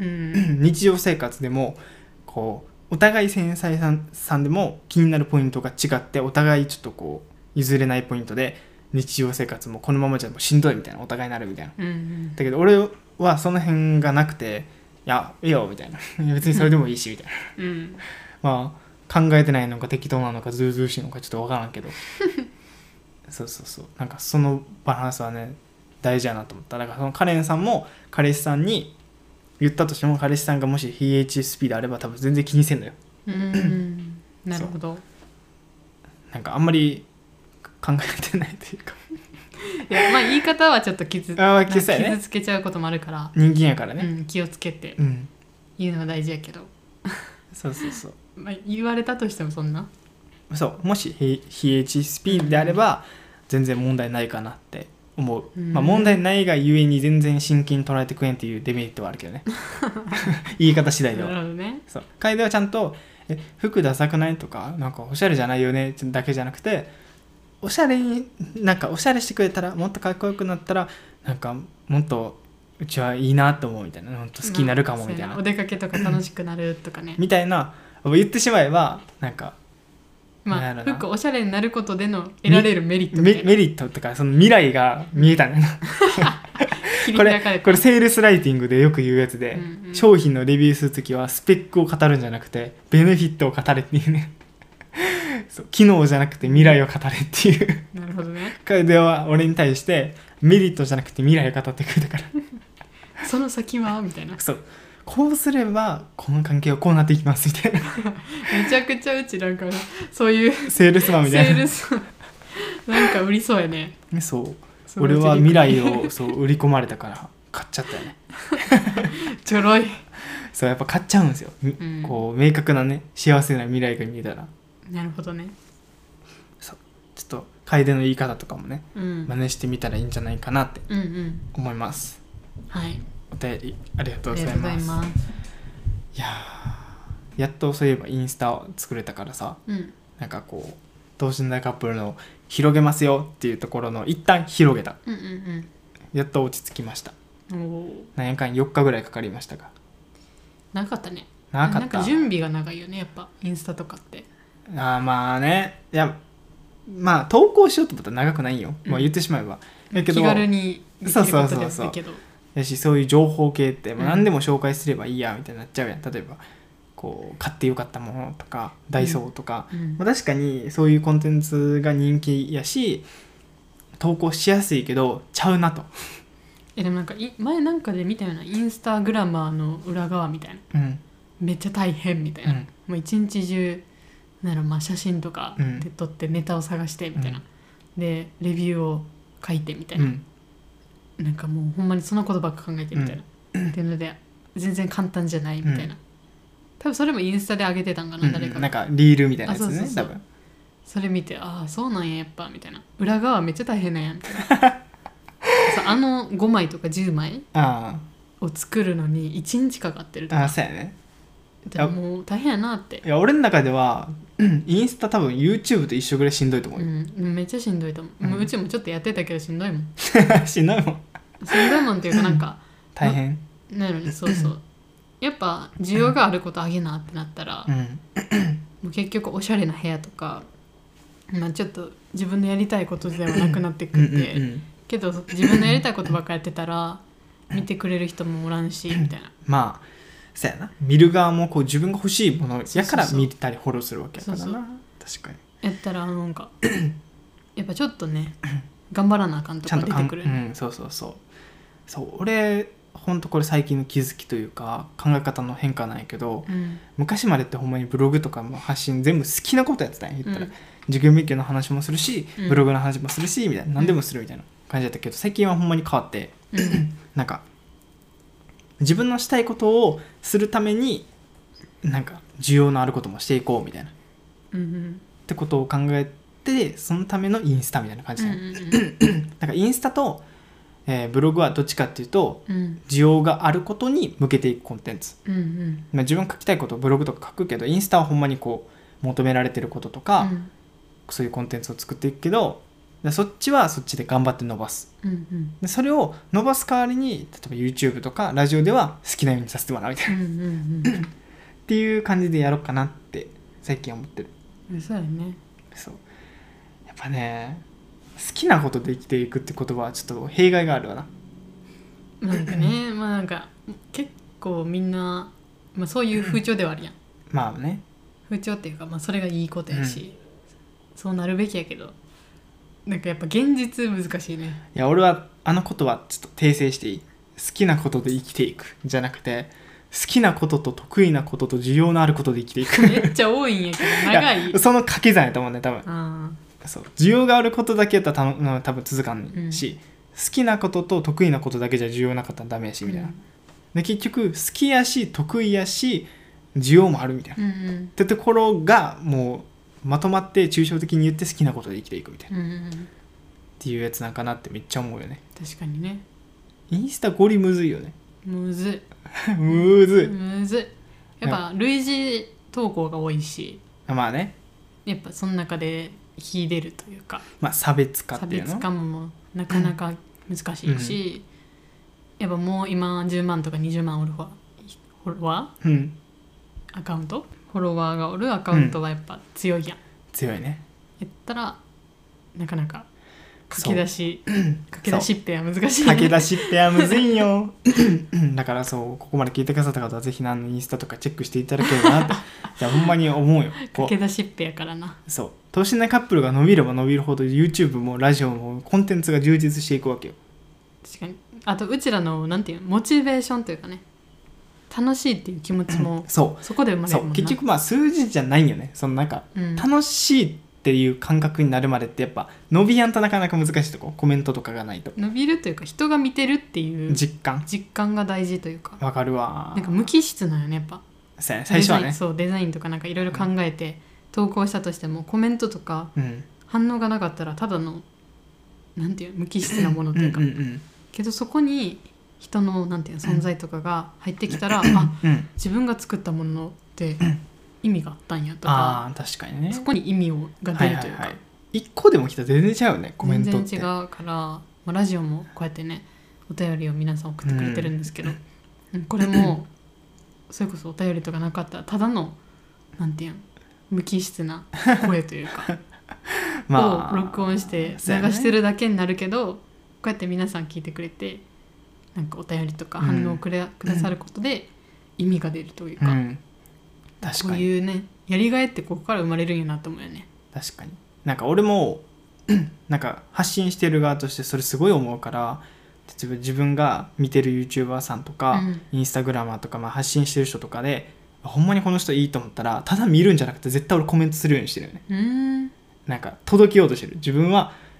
Speaker 1: 日常生活でもこうお互い繊細さん、さんでも気になるポイントが違ってお互いちょっとこう譲れないポイントで日常生活もこのままじゃもうしんどいみたいなお互いになるみたいな、うんうん、だけど俺はその辺がなくていやいいよみたいな別にそれでもいいしみたいな、うん、まあ考えてないのか適当なのかずうずうしいのかちょっと分からんけどそうそうそうなんかそのバランスはね大事やなと思った。だからそのカレンさんも彼氏さんに言ったとしても彼氏さんがもし 非 エイチエスピー であれば多分全然気にせんのよ。
Speaker 2: うんなるほど。
Speaker 1: なんかあんまり考えてないというか
Speaker 2: いやまあ言い方はちょっと傷、
Speaker 1: あ傷つ、ね、
Speaker 2: 傷つけちゃうこともあるから
Speaker 1: 人間やからね、
Speaker 2: うん、気をつけて言うのが大事やけど、
Speaker 1: うん、そうそうそう
Speaker 2: まあ言われたとしてもそんな
Speaker 1: そうもし非 エイチエスピー であれば全然問題ないかなって思う、うんまあ、問題ないがゆえに全然真剣に捉えてくれんっていうデメリットはあるけどね言い方次第では。
Speaker 2: なるほどね。
Speaker 1: そう楓はちゃんとえ服ダサくないとかなんかおしゃれじゃないよねだけじゃなくておしゃれになんかおしゃれしてくれたらもっとかっこよくなったらなんかもっとうちはいいなと思うみたいなもっと好きになるかもみたいな、
Speaker 2: まあ、お出かけとか楽しくなるとかね
Speaker 1: みたいな言ってしまえばなんか
Speaker 2: まあ服おしゃれになることでの得られるメリットみたいな
Speaker 1: メリットとかその未来が見えたねこれこれセールスライティングでよく言うやつで、うんうん、商品のレビューするときはスペックを語るんじゃなくてベネフィットを語れっていうねそう機能じゃなくて未来を語れっていう
Speaker 2: なるほどね。
Speaker 1: 楓は俺に対してメリットじゃなくて未来を語ってくれたから
Speaker 2: その先はみたいな
Speaker 1: そうこうすればこの関係はこうなっていきますみたいな
Speaker 2: めちゃくちゃうちなんかそういう
Speaker 1: セールスマンみたいな
Speaker 2: セールスマンなんか売りそうやね。
Speaker 1: そう俺は未来をそう売り込まれたから買っちゃったよね
Speaker 2: ちょろい。
Speaker 1: そうやっぱ買っちゃうんですよ、うん、こう明確なね幸せな未来が見えたら。
Speaker 2: なるほどね。
Speaker 1: そうちょっと楓の言い方とかもね、
Speaker 2: うん、
Speaker 1: 真似してみたらいいんじゃないかなって思います、
Speaker 2: うんうん、はい
Speaker 1: お便りありがとうございます。いややっとそういえばインスタを作れたからさ、うん、なんかこう等身大カップルの広げますよっていうところの一旦広げた、
Speaker 2: うんうんうん、
Speaker 1: やっと落ち着きました。
Speaker 2: お
Speaker 1: 何やかんよっかぐらいかかりましたが
Speaker 2: 長かったね。
Speaker 1: 長かった。
Speaker 2: なんか準備が長いよねやっぱインスタとかって。
Speaker 1: あまあねいやまあ投稿しようと思ったら長くないよ、うん、まあ、言ってしまえばだけど
Speaker 2: 気軽にできることではないけど
Speaker 1: やしそういう情報系って、まあ、何でも紹介すればいいやみたいになっちゃうやん。例えばこう買ってよかったものとかダイソーとか、うんうんまあ、確かにそういうコンテンツが人気やし投稿しやすいけどちゃうなと
Speaker 2: えでもなんか前なんかで見たようなインスタグラマーの裏側みたいな、うん、めっちゃ大変みたいな、うん、もう一日中ならまあ写真とかで撮ってネタを探してみたいな、うん、でレビューを書いてみたいな、うん、 なんかもうほんまにそのことばっか考えてるみたいな、うん、っていうので全然簡単じゃないみたいな、うん、多分それもインスタで上げてたんかな、うん、誰かが
Speaker 1: なんかリールみたいなやつね。
Speaker 2: そうそうそう、
Speaker 1: 多分
Speaker 2: それ見て、ああそうなんややっぱみたいな、裏側めっちゃ大変なんやみたいなあのごまいとかじゅうまいを作るのにいちにちかかってるとか、
Speaker 1: ああそうやね、
Speaker 2: でももう大変やなって。
Speaker 1: いや俺の中ではインスタ多分 YouTube と一緒ぐらいしんどいと思うよ、
Speaker 2: うん、めっちゃしんどいと思う、うん、うちもちょっとやってたけどしんどいもん
Speaker 1: しんどいもん
Speaker 2: しんどいもんっていうかなんか
Speaker 1: 大変
Speaker 2: なのに、そうそうやっぱ需要があることあげなってなったら、うん、もう結局おしゃれな部屋とか、まあ、ちょっと自分のやりたいことではなくなってくってうんうん、うん、けど自分のやりたいことばっかやってたら見てくれる人もおらんしみたいな
Speaker 1: まあそうやな、見る側もこう自分が欲しいものやから見たりフォローするわけやからな。そうそう確かに
Speaker 2: やったらなんかやっぱちょっとね頑張らなあかんとか出てくる、
Speaker 1: ね、うん、そうそうそうそう俺ほんとこれ最近の気づきというか考え方の変化なんやけど、うん、昔までってほんまにブログとかも発信全部好きなことやってたんや言ったら、うん、受験勉強の話もするし、うん、ブログの話もするしみたいな、何でもするみたいな感じだったけど、最近はほんまに変わって、うん、なんか自分のしたいことをするためになんか需要のあることもしていこうみたいな、うんうん、ってことを考えてそのためのインスタみたいな感じで、うんうん、なんかインスタと、えー、ブログはどっちかっていうと、うん、需要があることに向けていくコンテンツ、うんうんまあ、自分書きたいことをブログとか書くけどインスタはほんまにこう求められてることとか、うん、そういうコンテンツを作っていくけどそっちはそっちで頑張って伸ばす、うんうん、でそれを伸ばす代わりに例えば YouTube とかラジオでは好きなようにさせてもらうみたいな、うんうんうん、っていう感じでやろうかなって最近思ってる。
Speaker 2: そうやね。
Speaker 1: そうやっぱね好きなことで生きていくって言葉はちょっと弊害があるわな。
Speaker 2: なんかねまあなんか結構みんな、まあ、そういう風潮ではあるやん
Speaker 1: まあね
Speaker 2: 風潮っていうか、まあ、それがいいことやし、うん、そうなるべきやけどなんかやっぱ現実難しいね。
Speaker 1: いや俺はあのことはちょっと訂正していい。好きなことで生きていくじゃなくて好きなことと得意なことと需要のあることで生きていく
Speaker 2: めっちゃ多いんやけど長い。
Speaker 1: いその掛け算やと思うね多分。あそう需要があることだけやったらたの多分続かんし、うん、好きなことと得意なことだけじゃ需要なかったらダメやしみたいな、うん、で結局好きやし得意やし需要もあるみたいな、うんうん、ってところがもうまとまって抽象的に言って好きなことで生きていくみたいな、うんうん、っていうやつなんかなってめっちゃ思うよね。
Speaker 2: 確かにね。
Speaker 1: インスタゴリむずいよね。
Speaker 2: むずい
Speaker 1: むずい
Speaker 2: むずいやっぱ類似投稿が多いし
Speaker 1: まあね
Speaker 2: やっぱその中で秀でるというか、
Speaker 1: まあ、差別化っていうの
Speaker 2: 差別化もなかなか難しいし、うん、やっぱもう今じゅうまんとかにじゅうまんおるフォロワー、うん、アカウントフォロワーがおるアカウントはやっぱ強いやん、うん、
Speaker 1: 強いね。
Speaker 2: やったらなかなか駆け出し駆け出しっぺは難しい、ね、
Speaker 1: 駆け出しっぺはむずいんよだからそうここまで聞いてくださった方はぜひ何のインスタとかチェックしていただければなってじゃあほんまに思うよ。
Speaker 2: 駆け出しっぺやからな。
Speaker 1: そう等身大カップルが伸びれば伸びるほど YouTube もラジオもコンテンツが充実していくわけよ。
Speaker 2: 確かに。あとうちらのなんていうモチベーションというかね楽しいっていう気持ちも、うん、そうそこで生まれるもんな。
Speaker 1: そう結局まあ数字じゃないよね。そのなんか、うん、楽しいっていう感覚になるまでってやっぱ伸びやんとなかなか難しいとこコメントとかがないと
Speaker 2: 伸びるというか人が見てるっていう
Speaker 1: 実感
Speaker 2: 実感が大事というか
Speaker 1: わかるわ。
Speaker 2: なんか無機質なんよねやっぱ
Speaker 1: 最初はね。
Speaker 2: そうデザインとかなんかいろいろ考えて投稿したとしてもコメントとか反応がなかったらただのなんていう無機質なものというか、うんうんうん、けどそこに人のなんていう存在とかが入ってきたら、うん、あ、うん、自分が作ったものって意味があったんやとか、
Speaker 1: あ確かにね、
Speaker 2: そこに意味をが出るというか、はいはいはい、
Speaker 1: 一個でも来たら全然違うよねコメントって
Speaker 2: 全然違うから、まあ、ラジオもこうやってねお便りを皆さん送ってくれてるんですけど、うん、これもそれこそお便りとかなかったらただのなんていうの無機質な声というかまあ、を録音して流してるだけになるけど、ね、こうやって皆さん聞いてくれてなんかお便りとか反応をくれ、うん、くださることで意味が出るというか、うん、確かにこういうねやりがいってここから生まれるんやなと思うよね。
Speaker 1: 確かになんか俺もなんか発信してる側としてそれすごい思うから、例えば自分が見てる YouTuber さんとか、うん、インスタグラマーとか、まあ、発信してる人とかでほんまにこの人いいと思ったらただ見るんじゃなくて絶対俺コメントするようにしてるよね。うんなんか届けようとしてる。自分は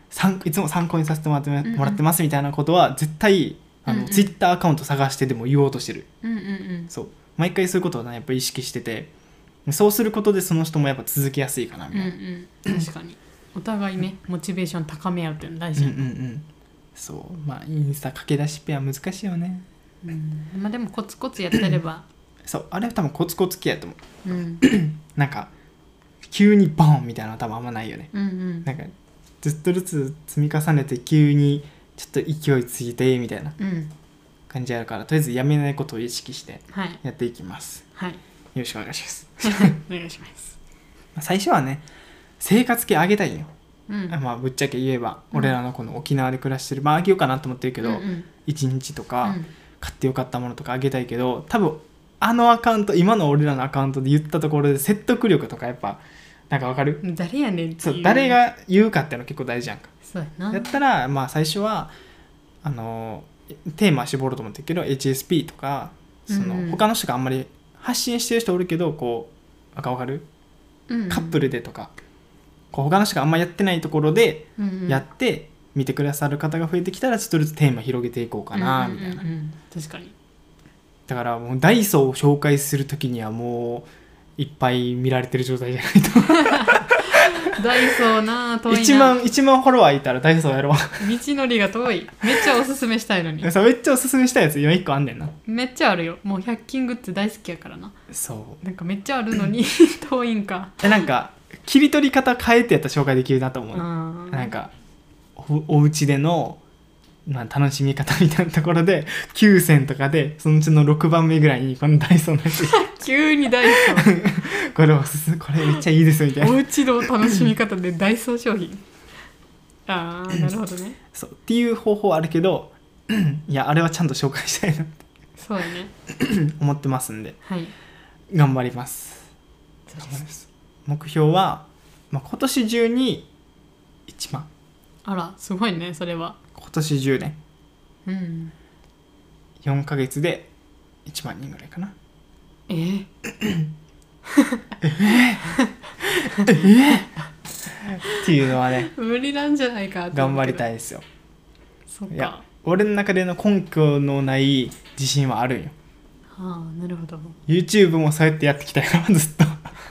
Speaker 1: 参いつも参考にさせてもらってもらってますみたいなことは絶対あの、
Speaker 2: うんうん、
Speaker 1: ツイッターアカウント探してでも言おうとしてる、
Speaker 2: うんうんうん、
Speaker 1: そう毎回そういうことを、ね、やっぱ意識してて、そうすることでその人もやっぱ続けやすいかなみたいな、
Speaker 2: うんうん、確かにお互いねモチベーション高め合うっていうの大事、
Speaker 1: うんうんうん、そうまあインスタ駆け出しペア難しいよね、
Speaker 2: うん、まあでもコツコツやってれば
Speaker 1: そうあれは多分コツコツ系やと思う、
Speaker 2: うん、
Speaker 1: なんか急にボンみたいなのは多分あんまないよね、
Speaker 2: うんうん、
Speaker 1: なんかずっとずつ積み重ねて急にちょっと勢いついてみたいな感じあるから、とりあえずやめないことを意識してやっていきます、
Speaker 2: はい、よ
Speaker 1: ろしくお願いします
Speaker 2: お願いします。
Speaker 1: 最初はね生活系上げたいんよ、
Speaker 2: うん、
Speaker 1: まあぶっちゃけ言えば、
Speaker 2: うん、
Speaker 1: 俺らのこの沖縄で暮らしてるまああげようかなと思ってるけど、
Speaker 2: うんうん、
Speaker 1: いちにちとか、
Speaker 2: うん、
Speaker 1: 買ってよかったものとかあげたいけど、多分あのアカウント今の俺らのアカウントで言ったところで説得力とかやっぱなんかわかる？
Speaker 2: 誰やねんっていう、
Speaker 1: そう誰が言うかっていうの結構大事じゃんか。
Speaker 2: そうやな。
Speaker 1: やったらまあ最初はあのテーマ絞ろうと思ってるけど エイチエスピー とかその、うんうん、他の人があんまり発信してる人おるけどこうなんかわかる、うんうん、カップルでとかこう他の人があんまやってないところでやって見てくださる方が増えてきたらちょっとずつテーマ広げていこうかなみたいな、
Speaker 2: うんうんうん、確かに。
Speaker 1: だからもうダイソーを紹介するときにはもういっぱい見られてる状態じゃないと
Speaker 2: ダイソーな遠いな。い
Speaker 1: ちまんいちまんフォロワーいたらダイソーやろう。
Speaker 2: 道のりが遠い。めっちゃおすすめしたいのに。
Speaker 1: そうめっちゃおすすめしたいやつ今いっこあんねんな。
Speaker 2: めっちゃあるよ。もうひゃく均グッズ大好きやからな。
Speaker 1: そう
Speaker 2: なんかめっちゃあるのに遠いんか。
Speaker 1: えなんか切り取り方変えてやったら紹介できるなと思う。なんか お, お家でのまあ、楽しみ方みたいなところできゅうせんとかでそのうちのろくばんめぐらいにこのダイソーのやつ
Speaker 2: 急にダイソ
Speaker 1: ーこれおすすこれめっちゃいいですみたいな
Speaker 2: おうちの楽しみ方でダイソー商品ああなるほどね
Speaker 1: そうっていう方法あるけどいやあれはちゃんと紹介したいなって
Speaker 2: そうやね
Speaker 1: 思ってますんで、
Speaker 2: はい、
Speaker 1: 頑張ります頑張ります目標は、まあ、今年中にいちまん
Speaker 2: あらすごいねそれは
Speaker 1: 今年中ね、
Speaker 2: うん、
Speaker 1: よんかげつでいちまんにんぐらいかな
Speaker 2: えー、
Speaker 1: えー、えー、っていうのはね
Speaker 2: 無理なんじゃないか
Speaker 1: 頑張りたいですよ。
Speaker 2: そっか
Speaker 1: いや俺の中での根拠のない自信はあるんよ。
Speaker 2: はあなるほど
Speaker 1: YouTube もそうやってやってきたよずっと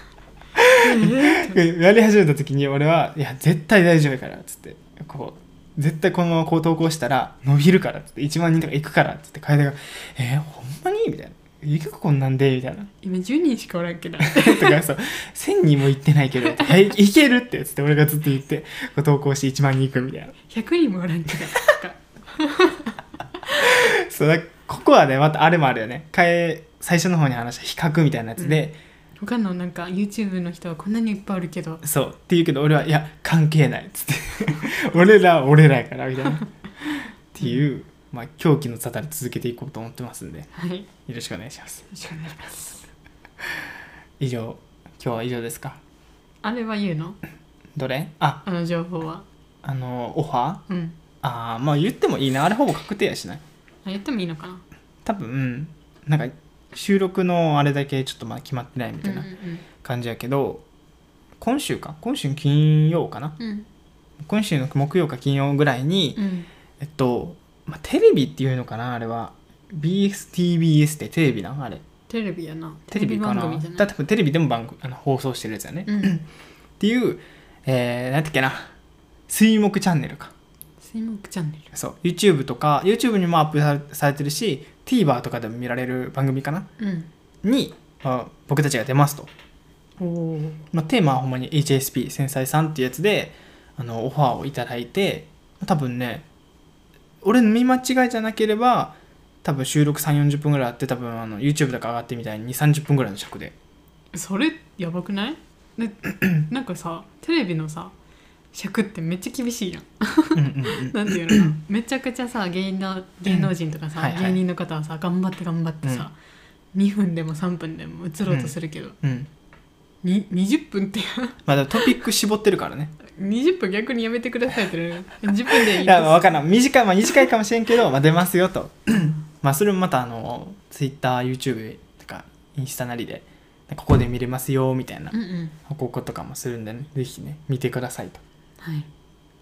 Speaker 1: やり始めた時に俺はいや絶対大丈夫からっつってこう絶対このままこう投稿したら伸びるからっつっていちまんにんとかいくからっつって楓がえー、ほんまにみたいないくこんなんでみたいな
Speaker 2: 今じゅうにんしかおらんけど
Speaker 1: とかそうせんにんもいってないけどい, いけるってつって俺がずっと言ってこう投稿していちまんにんいくみたいな
Speaker 2: ひゃくにんもおらんけど
Speaker 1: そうだここはねまたあれもあるよね最初の方に話した比較みたいなやつで、
Speaker 2: うん、他のなんか YouTube の人はこんなにいっぱいあるけど
Speaker 1: そうって言うけど俺はいや関係ないっつって俺らは俺らやからみたいなっていう、まあ、狂気の沙汰で続けていこうと思ってますんで、
Speaker 2: はい、よ
Speaker 1: ろしくお願いしますよ
Speaker 2: ろしくお願いします
Speaker 1: 以上今日は以上ですか。
Speaker 2: あれは言うの
Speaker 1: どれあ
Speaker 2: あの情報は
Speaker 1: あのオファー、
Speaker 2: うん、
Speaker 1: ああまあ言ってもいいなあれほぼ確定やしない
Speaker 2: あ言ってもいいのかな
Speaker 1: 多分うんなんか収録のあれだけちょっとまあ決まってないみたいな感じやけど、うんうんうん、今週か今週金曜かな、うん、今週の木曜か金曜ぐらいに、うん、えっと、まあ、テレビっていうのかなあれは ビーエスティービーエス ってテレビなあれ
Speaker 2: テレビやな
Speaker 1: テレビかな
Speaker 2: 番組じゃない
Speaker 1: だ多分テレビでも番組あの放送してるやつやね、うん、っていう、えー、なんてっけな水木チャンネルか
Speaker 2: 水木チャンネル
Speaker 1: そう YouTube とか YouTube にもアップされてるし TVer とかでも見られる番組かな、うん、に、まあ、僕たちが出ますとお、まあ、テーマはほんまに エイチエスピー 繊細さんっていうやつであのオファーをいただいて多分ね俺の見間違いじゃなければ多分収録さんじゅうよんじゅっぷんぐらいあって多分あの YouTube とか上がってみたいににじゅうさんじゅっぷんぐらいの尺で
Speaker 2: それやばくない？でなんかさテレビのさ尺ってめっちゃ厳しいやんうんうん、うん、なんていうのめちゃくちゃさ芸能、芸能人とかさ、はいはい、芸人の方はさ頑張って頑張ってさ、うん、にふんでもさんぷんでも映ろうとするけど、うんうん、ににじゅっぷんって
Speaker 1: まだトピック絞ってるからね
Speaker 2: にじゅっぷん逆にやめてくださいってじゅっぷんでいい
Speaker 1: いや分からん短い、まあ、短いかもしれんけど、まあ、出ますよとまあそれもまたあの TwitterYouTube とかインスタなりでここで見れますよみたいな報告とかもするんでね、うんうん、ぜひね見てくださいと、
Speaker 2: はい、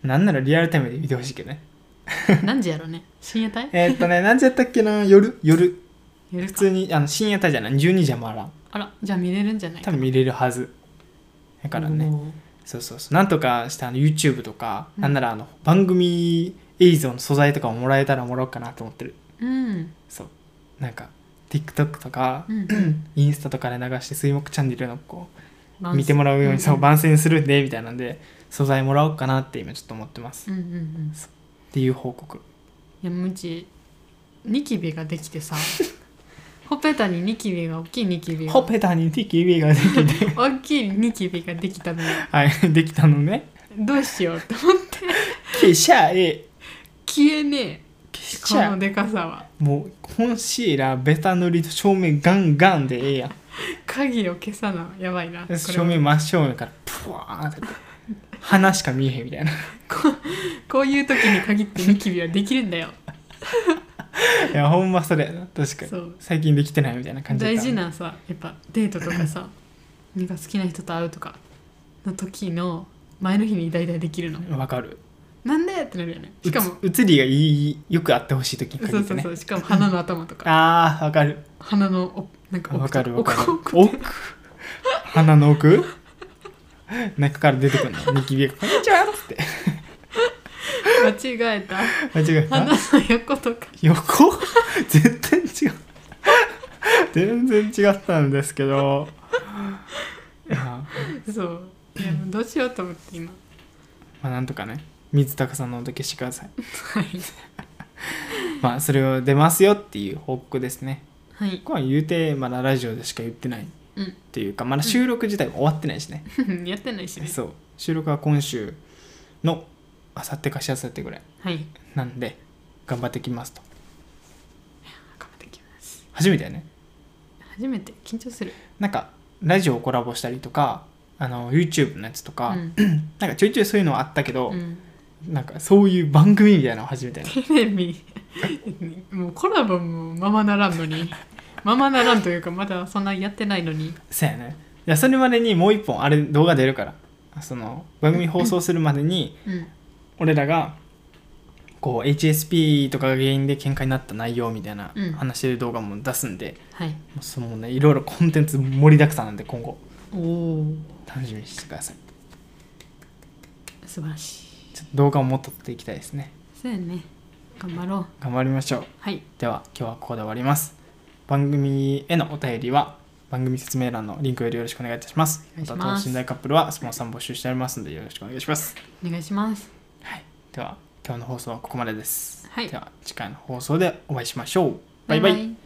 Speaker 1: なんならリアルタイムで見てほしいけどね。
Speaker 2: 何時やろね、深夜帯。
Speaker 1: えーっとね何時やったっけな、夜夜
Speaker 2: 夜か
Speaker 1: 普通にあの深夜帯じゃない、じゅうにじはまらん。
Speaker 2: あら、じゃあ見れるんじゃないかな。
Speaker 1: 多分見れるはずだからね。
Speaker 2: おー
Speaker 1: そうそうそう、なんとかしてあの YouTube とか、
Speaker 2: うん
Speaker 1: なんならあの番組映像の素材とかももらえたらもらおうかなと思ってる。
Speaker 2: うん
Speaker 1: そうなんか TikTok とか、
Speaker 2: うんうん
Speaker 1: インスタとかで流して水木チャンネルのこう
Speaker 2: 番
Speaker 1: 見てもらうように、そう
Speaker 2: うん
Speaker 1: 番宣するんでみたいなんで素材もらおうかなって今ちょっと思ってます、っ
Speaker 2: うんうんうん
Speaker 1: ていう報告。
Speaker 2: いやむちニキビができてさほっぺたにニキビが大きいニキビが
Speaker 1: ほっぺたにニキビができて
Speaker 2: 大きいニキビができたのよ。
Speaker 1: はいできたのね。
Speaker 2: どうしようと思って
Speaker 1: 消しゃえ
Speaker 2: 消えねえ
Speaker 1: 消しちゃ
Speaker 2: このでかさは。
Speaker 1: もうコンシーラーベタ塗りと照明ガンガンでええやん。
Speaker 2: 影を消さなやばいな。これは
Speaker 1: 照明真正面からプワーンって鼻しか見えへんみたいな。
Speaker 2: こういう時に限ってニキビはできるんだよ。
Speaker 1: いやほんまそれやな、確かに
Speaker 2: そう
Speaker 1: 最近できてないみたいな感じだった
Speaker 2: 大事なさやっぱデートとかさなんか好きな人と会うとかの時の前の日に大体できるの。
Speaker 1: わかる。
Speaker 2: なんでってなるよね。しかも
Speaker 1: うつ映りがいいよくあってほしい時に
Speaker 2: そうそう
Speaker 1: 限ってね。
Speaker 2: そうしかも鼻の頭とか
Speaker 1: あーわかる
Speaker 2: 鼻のおなんか
Speaker 1: わかるわかる
Speaker 2: 奥
Speaker 1: 奥鼻の奥中から出てくるのニキビがこんにちはっつって
Speaker 2: 間違えた。
Speaker 1: 間違え
Speaker 2: 鼻
Speaker 1: た。
Speaker 2: の横とか
Speaker 1: 横全然違う全然違ったんですけど、まあ、
Speaker 2: そういやもうどうしようと思って今。
Speaker 1: まあなんとかね水高さんのおだけしてください。
Speaker 2: はい
Speaker 1: まあそれを出ますよっていう報告ですね。
Speaker 2: はい
Speaker 1: ここは言うてまだラジオでしか言ってないっ
Speaker 2: う
Speaker 1: ていうかまだ収録自体は終わってないしね、
Speaker 2: んやってないしね。
Speaker 1: そう収録は今週のあさってかしあさってぐらい
Speaker 2: はい
Speaker 1: なんで頑張ってきますと。
Speaker 2: 頑張ってきます。
Speaker 1: 初めてやね。
Speaker 2: 初めて緊張する。
Speaker 1: なんかラジオコラボしたりとかあの YouTube のやつとか、
Speaker 2: うん
Speaker 1: なんかちょいちょいそういうのはあったけど、
Speaker 2: うん
Speaker 1: なんかそういう番組みたいなの初めてやね。
Speaker 2: テレビもうコラボもままならんのにままならんというかまだそんなやってないのに。
Speaker 1: そうやね。いやそれまでにもう一本あれ動画出るからその番組放送するまでに
Speaker 2: うん
Speaker 1: 俺らがこう エイチエスピー とかが原因で喧嘩になった内容みたいな
Speaker 2: うん
Speaker 1: 話してる動画も出すんで、
Speaker 2: はい。
Speaker 1: もうそのねいろいろコンテンツ盛りだくさんなんで今後
Speaker 2: おお
Speaker 1: 楽しみにしてください。
Speaker 2: 素晴らしい。
Speaker 1: ちょっと動画をもっと撮っていきたいですね。
Speaker 2: そうやね。頑張ろう。
Speaker 1: 頑張りましょう。
Speaker 2: はい
Speaker 1: では今日はここで終わります。番組へのお便りは番組説明欄のリンクよりよろしくお願いいたします。
Speaker 2: お願いします
Speaker 1: また等身大カップルはスポンサー募集しておりますのでよろしくお願いします。
Speaker 2: お願いします。
Speaker 1: はい、では今日の放送はここまでです。
Speaker 2: はい
Speaker 1: では次回の放送でお会いしましょう。バイバイ。